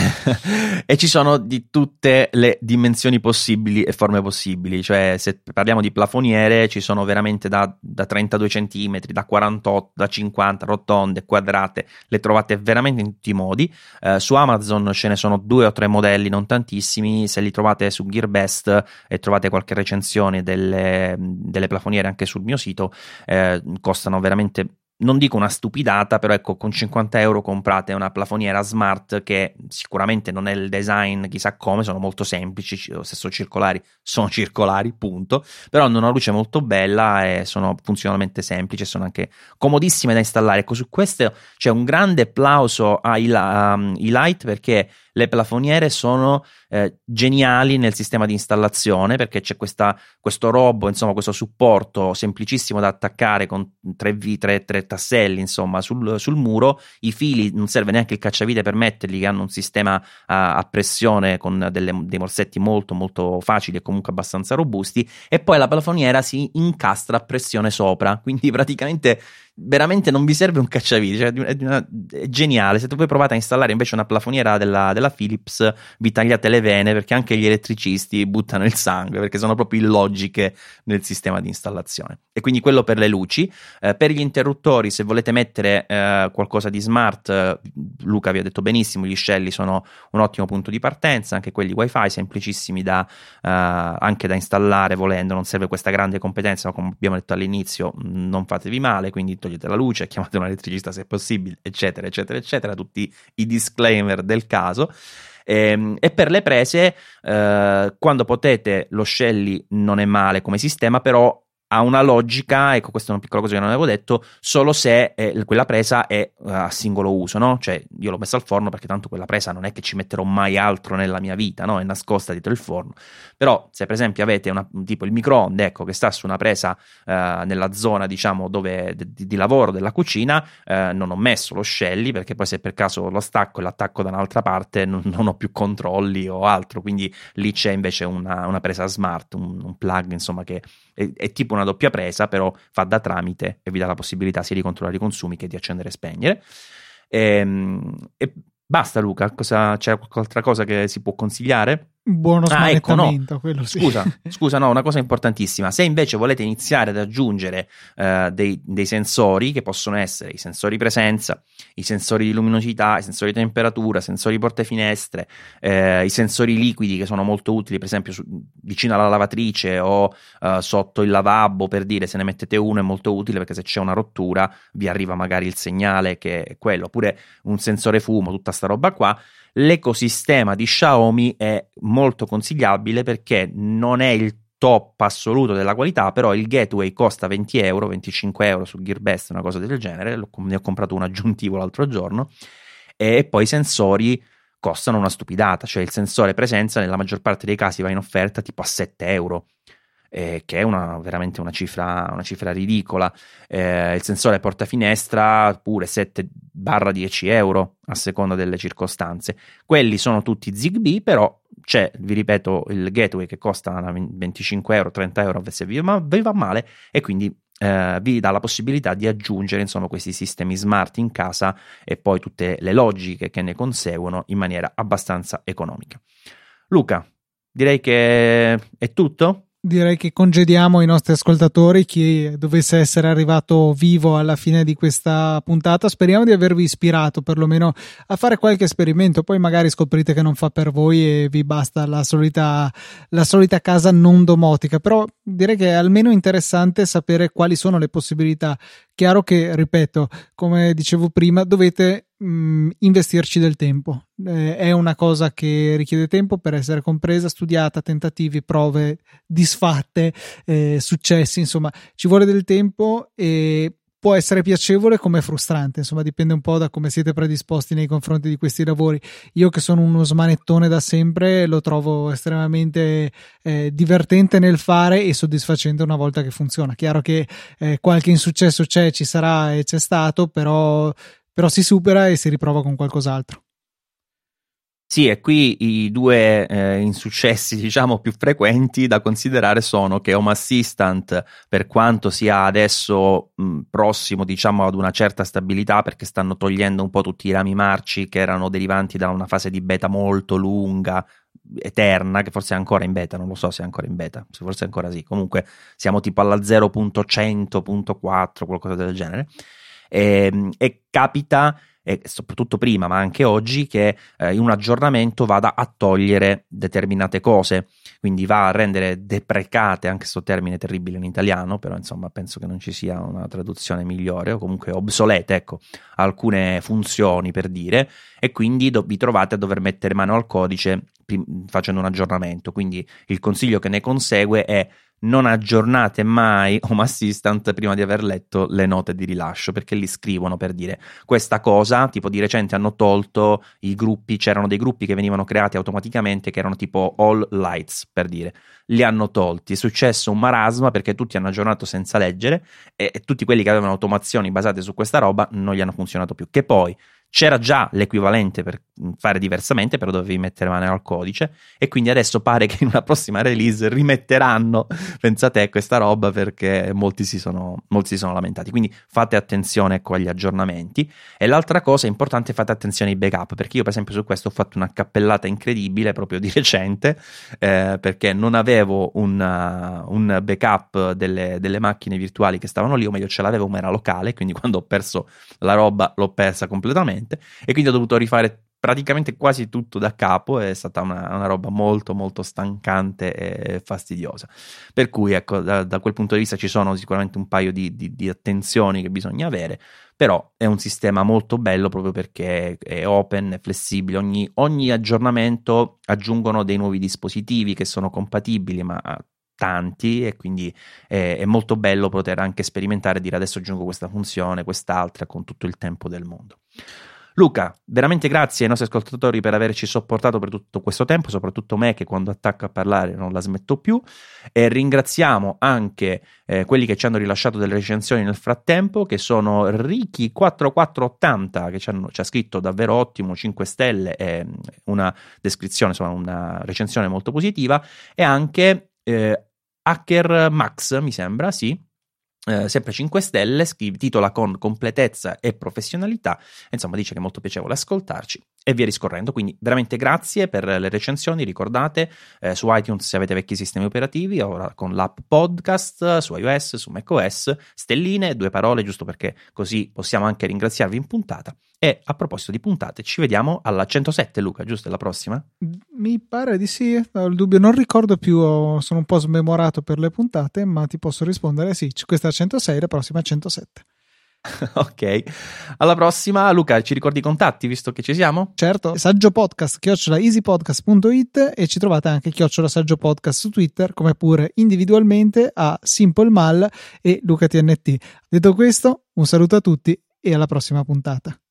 E ci sono di tutte le dimensioni possibili e forme possibili, cioè se parliamo di plafoniere ci sono veramente da, da trentadue centimetri, da quarantotto, da cinquanta, rotonde, quadrate, le trovate veramente in tutti i modi. Eh, su Amazon ce ne sono due o tre modelli, non tantissimi, se li trovate su GearBest e trovate qualche recensione delle, delle plafoniere anche sul mio sito, eh, costano veramente, non dico una stupidata, però ecco, con cinquanta euro comprate una plafoniera smart che sicuramente non è il design chissà come, sono molto semplici, lo stesso circolari, sono circolari, punto, però hanno una luce molto bella e sono funzionalmente semplici, sono anche comodissime da installare. Ecco, su questo c'è un grande applauso a E-Light, perché le plafoniere sono eh, geniali nel sistema di installazione, perché c'è questa, questo robo, insomma, questo supporto semplicissimo da attaccare con tre V, tre, tre tasselli, insomma, sul, sul muro. I fili, non serve neanche il cacciavite per metterli, che hanno un sistema a, a pressione con delle, dei morsetti molto molto facili e comunque abbastanza robusti, e poi la plafoniera si incastra a pressione sopra, quindi praticamente veramente non vi serve un cacciavite, cioè è, una, è geniale. Se voi provate a installare invece una plafoniera della, della Philips, vi tagliate le vene, perché anche gli elettricisti buttano il sangue, perché sono proprio illogiche nel sistema di installazione. E quindi quello per le luci. Eh, per gli interruttori, se volete mettere eh, qualcosa di smart, eh, Luca vi ha detto benissimo, gli Shelly sono un ottimo punto di partenza, anche quelli Wi-Fi, semplicissimi da eh, anche da installare volendo, non serve questa grande competenza, ma come abbiamo detto all'inizio, non fatevi male, quindi togliete la luce, chiamate un elettricista se è possibile, eccetera eccetera eccetera, tutti i disclaimer del caso. E, e per le prese, eh, quando potete, lo Shelly non è male come sistema, però ha una logica, ecco, questa è una piccola cosa che non avevo detto, solo se eh, quella presa è uh, a singolo uso, no? Cioè io l'ho messa al forno perché tanto quella presa non è che ci metterò mai altro nella mia vita, no? È nascosta dietro il forno. Però se per esempio avete una, tipo il microonde, ecco, che sta su una presa uh, nella zona, diciamo, dove di, di lavoro della cucina, uh, non ho messo lo Shelly, perché poi se per caso lo stacco e l'attacco da un'altra parte non, non ho più controlli o altro, quindi lì c'è invece una, una presa smart, un, un plug, insomma, che è, è tipo una doppia presa, però fa da tramite e vi dà la possibilità sia di controllare i consumi che di accendere e spegnere. E, e basta, Luca, cosa, c'è qualche altra cosa che si può consigliare? Buono smanettamento, ah, ecco, no. quello sì. Scusa, scusa, no, una cosa importantissima. Se invece volete iniziare ad aggiungere uh, dei, dei sensori, che possono essere i sensori presenza, i sensori di luminosità, i sensori di temperatura, sensori porte finestre, eh, i sensori liquidi, che sono molto utili, per esempio su, vicino alla lavatrice o uh, sotto il lavabo, per dire, se ne mettete uno è molto utile, perché se c'è una rottura vi arriva magari il segnale che è quello, oppure un sensore fumo, tutta sta roba qua. L'ecosistema di Xiaomi è molto consigliabile, perché non è il top assoluto della qualità, però il gateway costa venti euro, venticinque euro su GearBest, una cosa del genere, ne ho comprato un aggiuntivo l'altro giorno, e poi i sensori costano una stupidata, cioè il sensore presenza nella maggior parte dei casi va in offerta tipo a sette euro, Eh, che è una, veramente una cifra, una cifra ridicola. Eh, il sensore porta finestra pure sette dieci euro a seconda delle circostanze. Quelli sono tutti Zigbee, però c'è, vi ripeto, il gateway che costa venticinque euro, trenta euro se vi va, vi va male, e quindi eh, vi dà la possibilità di aggiungere insomma questi sistemi smart in casa e poi tutte le logiche che ne conseguono in maniera abbastanza economica. Luca, direi che è tutto. Direi che congediamo i nostri ascoltatori, chi dovesse essere arrivato vivo alla fine di questa puntata. Speriamo di avervi ispirato perlomeno a fare qualche esperimento, poi magari scoprite che non fa per voi e vi basta la solita, la solita casa non domotica, però direi che è almeno interessante sapere quali sono le possibilità. Chiaro che, ripeto, come dicevo prima, dovete mh, investirci del tempo. Eh, è una cosa che richiede tempo per essere compresa, studiata, tentativi, prove, disfatte, eh, successi, insomma, ci vuole del tempo e può essere piacevole come frustrante, insomma, dipende un po' da come siete predisposti nei confronti di questi lavori. Io, che sono uno smanettone da sempre, lo trovo estremamente eh, divertente nel fare e soddisfacente una volta che funziona. Chiaro che eh, qualche insuccesso c'è, ci sarà e c'è stato, però, però si supera e si riprova con qualcos'altro. Sì, e qui i due eh, insuccessi, diciamo, più frequenti da considerare sono che Home Assistant, per quanto sia adesso mh, prossimo, diciamo, ad una certa stabilità, perché stanno togliendo un po' tutti i rami marci che erano derivanti da una fase di beta molto lunga, eterna, che forse è ancora in beta, non lo so se è ancora in beta, forse è ancora sì, comunque siamo tipo alla zero punto cento punto quattro, qualcosa del genere, e, e capita... e soprattutto prima ma anche oggi che eh, in un aggiornamento vada a togliere determinate cose, quindi va a rendere deprecate, anche questo termine terribile in italiano, però insomma penso che non ci sia una traduzione migliore, o comunque obsolete, ecco, alcune funzioni, per dire, e quindi do- vi trovate a dover mettere mano al codice prim- facendo un aggiornamento. Quindi il consiglio che ne consegue è: non aggiornate mai Home Assistant prima di aver letto le note di rilascio, perché li scrivono per dire questa cosa. Tipo di recente hanno tolto i gruppi, c'erano dei gruppi che venivano creati automaticamente che erano tipo all lights, per dire, li hanno tolti. È successo un marasma perché tutti hanno aggiornato senza leggere e, e tutti quelli che avevano automazioni basate su questa roba non gli hanno funzionato più, che poi c'era già l'equivalente per fare diversamente, però dovevi mettere mano al codice, e quindi adesso pare che in una prossima release rimetteranno, pensate a questa roba, perché molti si sono, molti si sono lamentati. Quindi fate attenzione, ecco, agli aggiornamenti. E l'altra cosa importante, fate attenzione ai backup, perché io per esempio su questo ho fatto una cappellata incredibile proprio di recente, eh, perché non avevo una, un backup delle, delle macchine virtuali che stavano lì, o meglio ce l'avevo ma era locale, quindi quando ho perso la roba l'ho persa completamente, e quindi ho dovuto rifare praticamente quasi tutto da capo. È stata una, una roba molto molto stancante e fastidiosa, per cui ecco, da, da quel punto di vista ci sono sicuramente un paio di, di, di attenzioni che bisogna avere, però è un sistema molto bello proprio perché è open, è flessibile, ogni, ogni aggiornamento aggiungono dei nuovi dispositivi che sono compatibili, ma tanti, e quindi è, è molto bello poter anche sperimentare e dire adesso aggiungo questa funzione, quest'altra, con tutto il tempo del mondo. Luca, veramente grazie ai nostri ascoltatori per averci sopportato per tutto questo tempo, soprattutto me che quando attacco a parlare non la smetto più, e ringraziamo anche eh, quelli che ci hanno rilasciato delle recensioni nel frattempo, che sono Ricky quattromilaquattrocento ottanta, che ci, hanno, ci ha scritto davvero ottimo, cinque stelle e una descrizione, insomma una recensione molto positiva, e anche eh, Hacker Max, mi sembra, sì, Eh, sempre cinque stelle, scrive, titola con completezza e professionalità, insomma dice che è molto piacevole ascoltarci, e via discorrendo. Quindi veramente grazie per le recensioni. Ricordate, eh, su iTunes se avete vecchi sistemi operativi, ora con l'app podcast, su iOS, su macOS, stelline, due parole, giusto perché così possiamo anche ringraziarvi in puntata. E a proposito di puntate, ci vediamo alla centosette, Luca, giusto? È la prossima? Mi pare di sì, ho il dubbio, non ricordo più, sono un po' smemorato per le puntate, ma ti posso rispondere sì, questa è centosei, la prossima è centosette. Ok, alla prossima. Luca, ci ricordi i contatti visto che ci siamo? Certo, saggiopodcast chiocciola easypodcast punto it, e ci trovate anche chiocciola saggiopodcast su Twitter, come pure individualmente a SimpleMal e LucaTNT. Detto questo, un saluto a tutti e alla prossima puntata.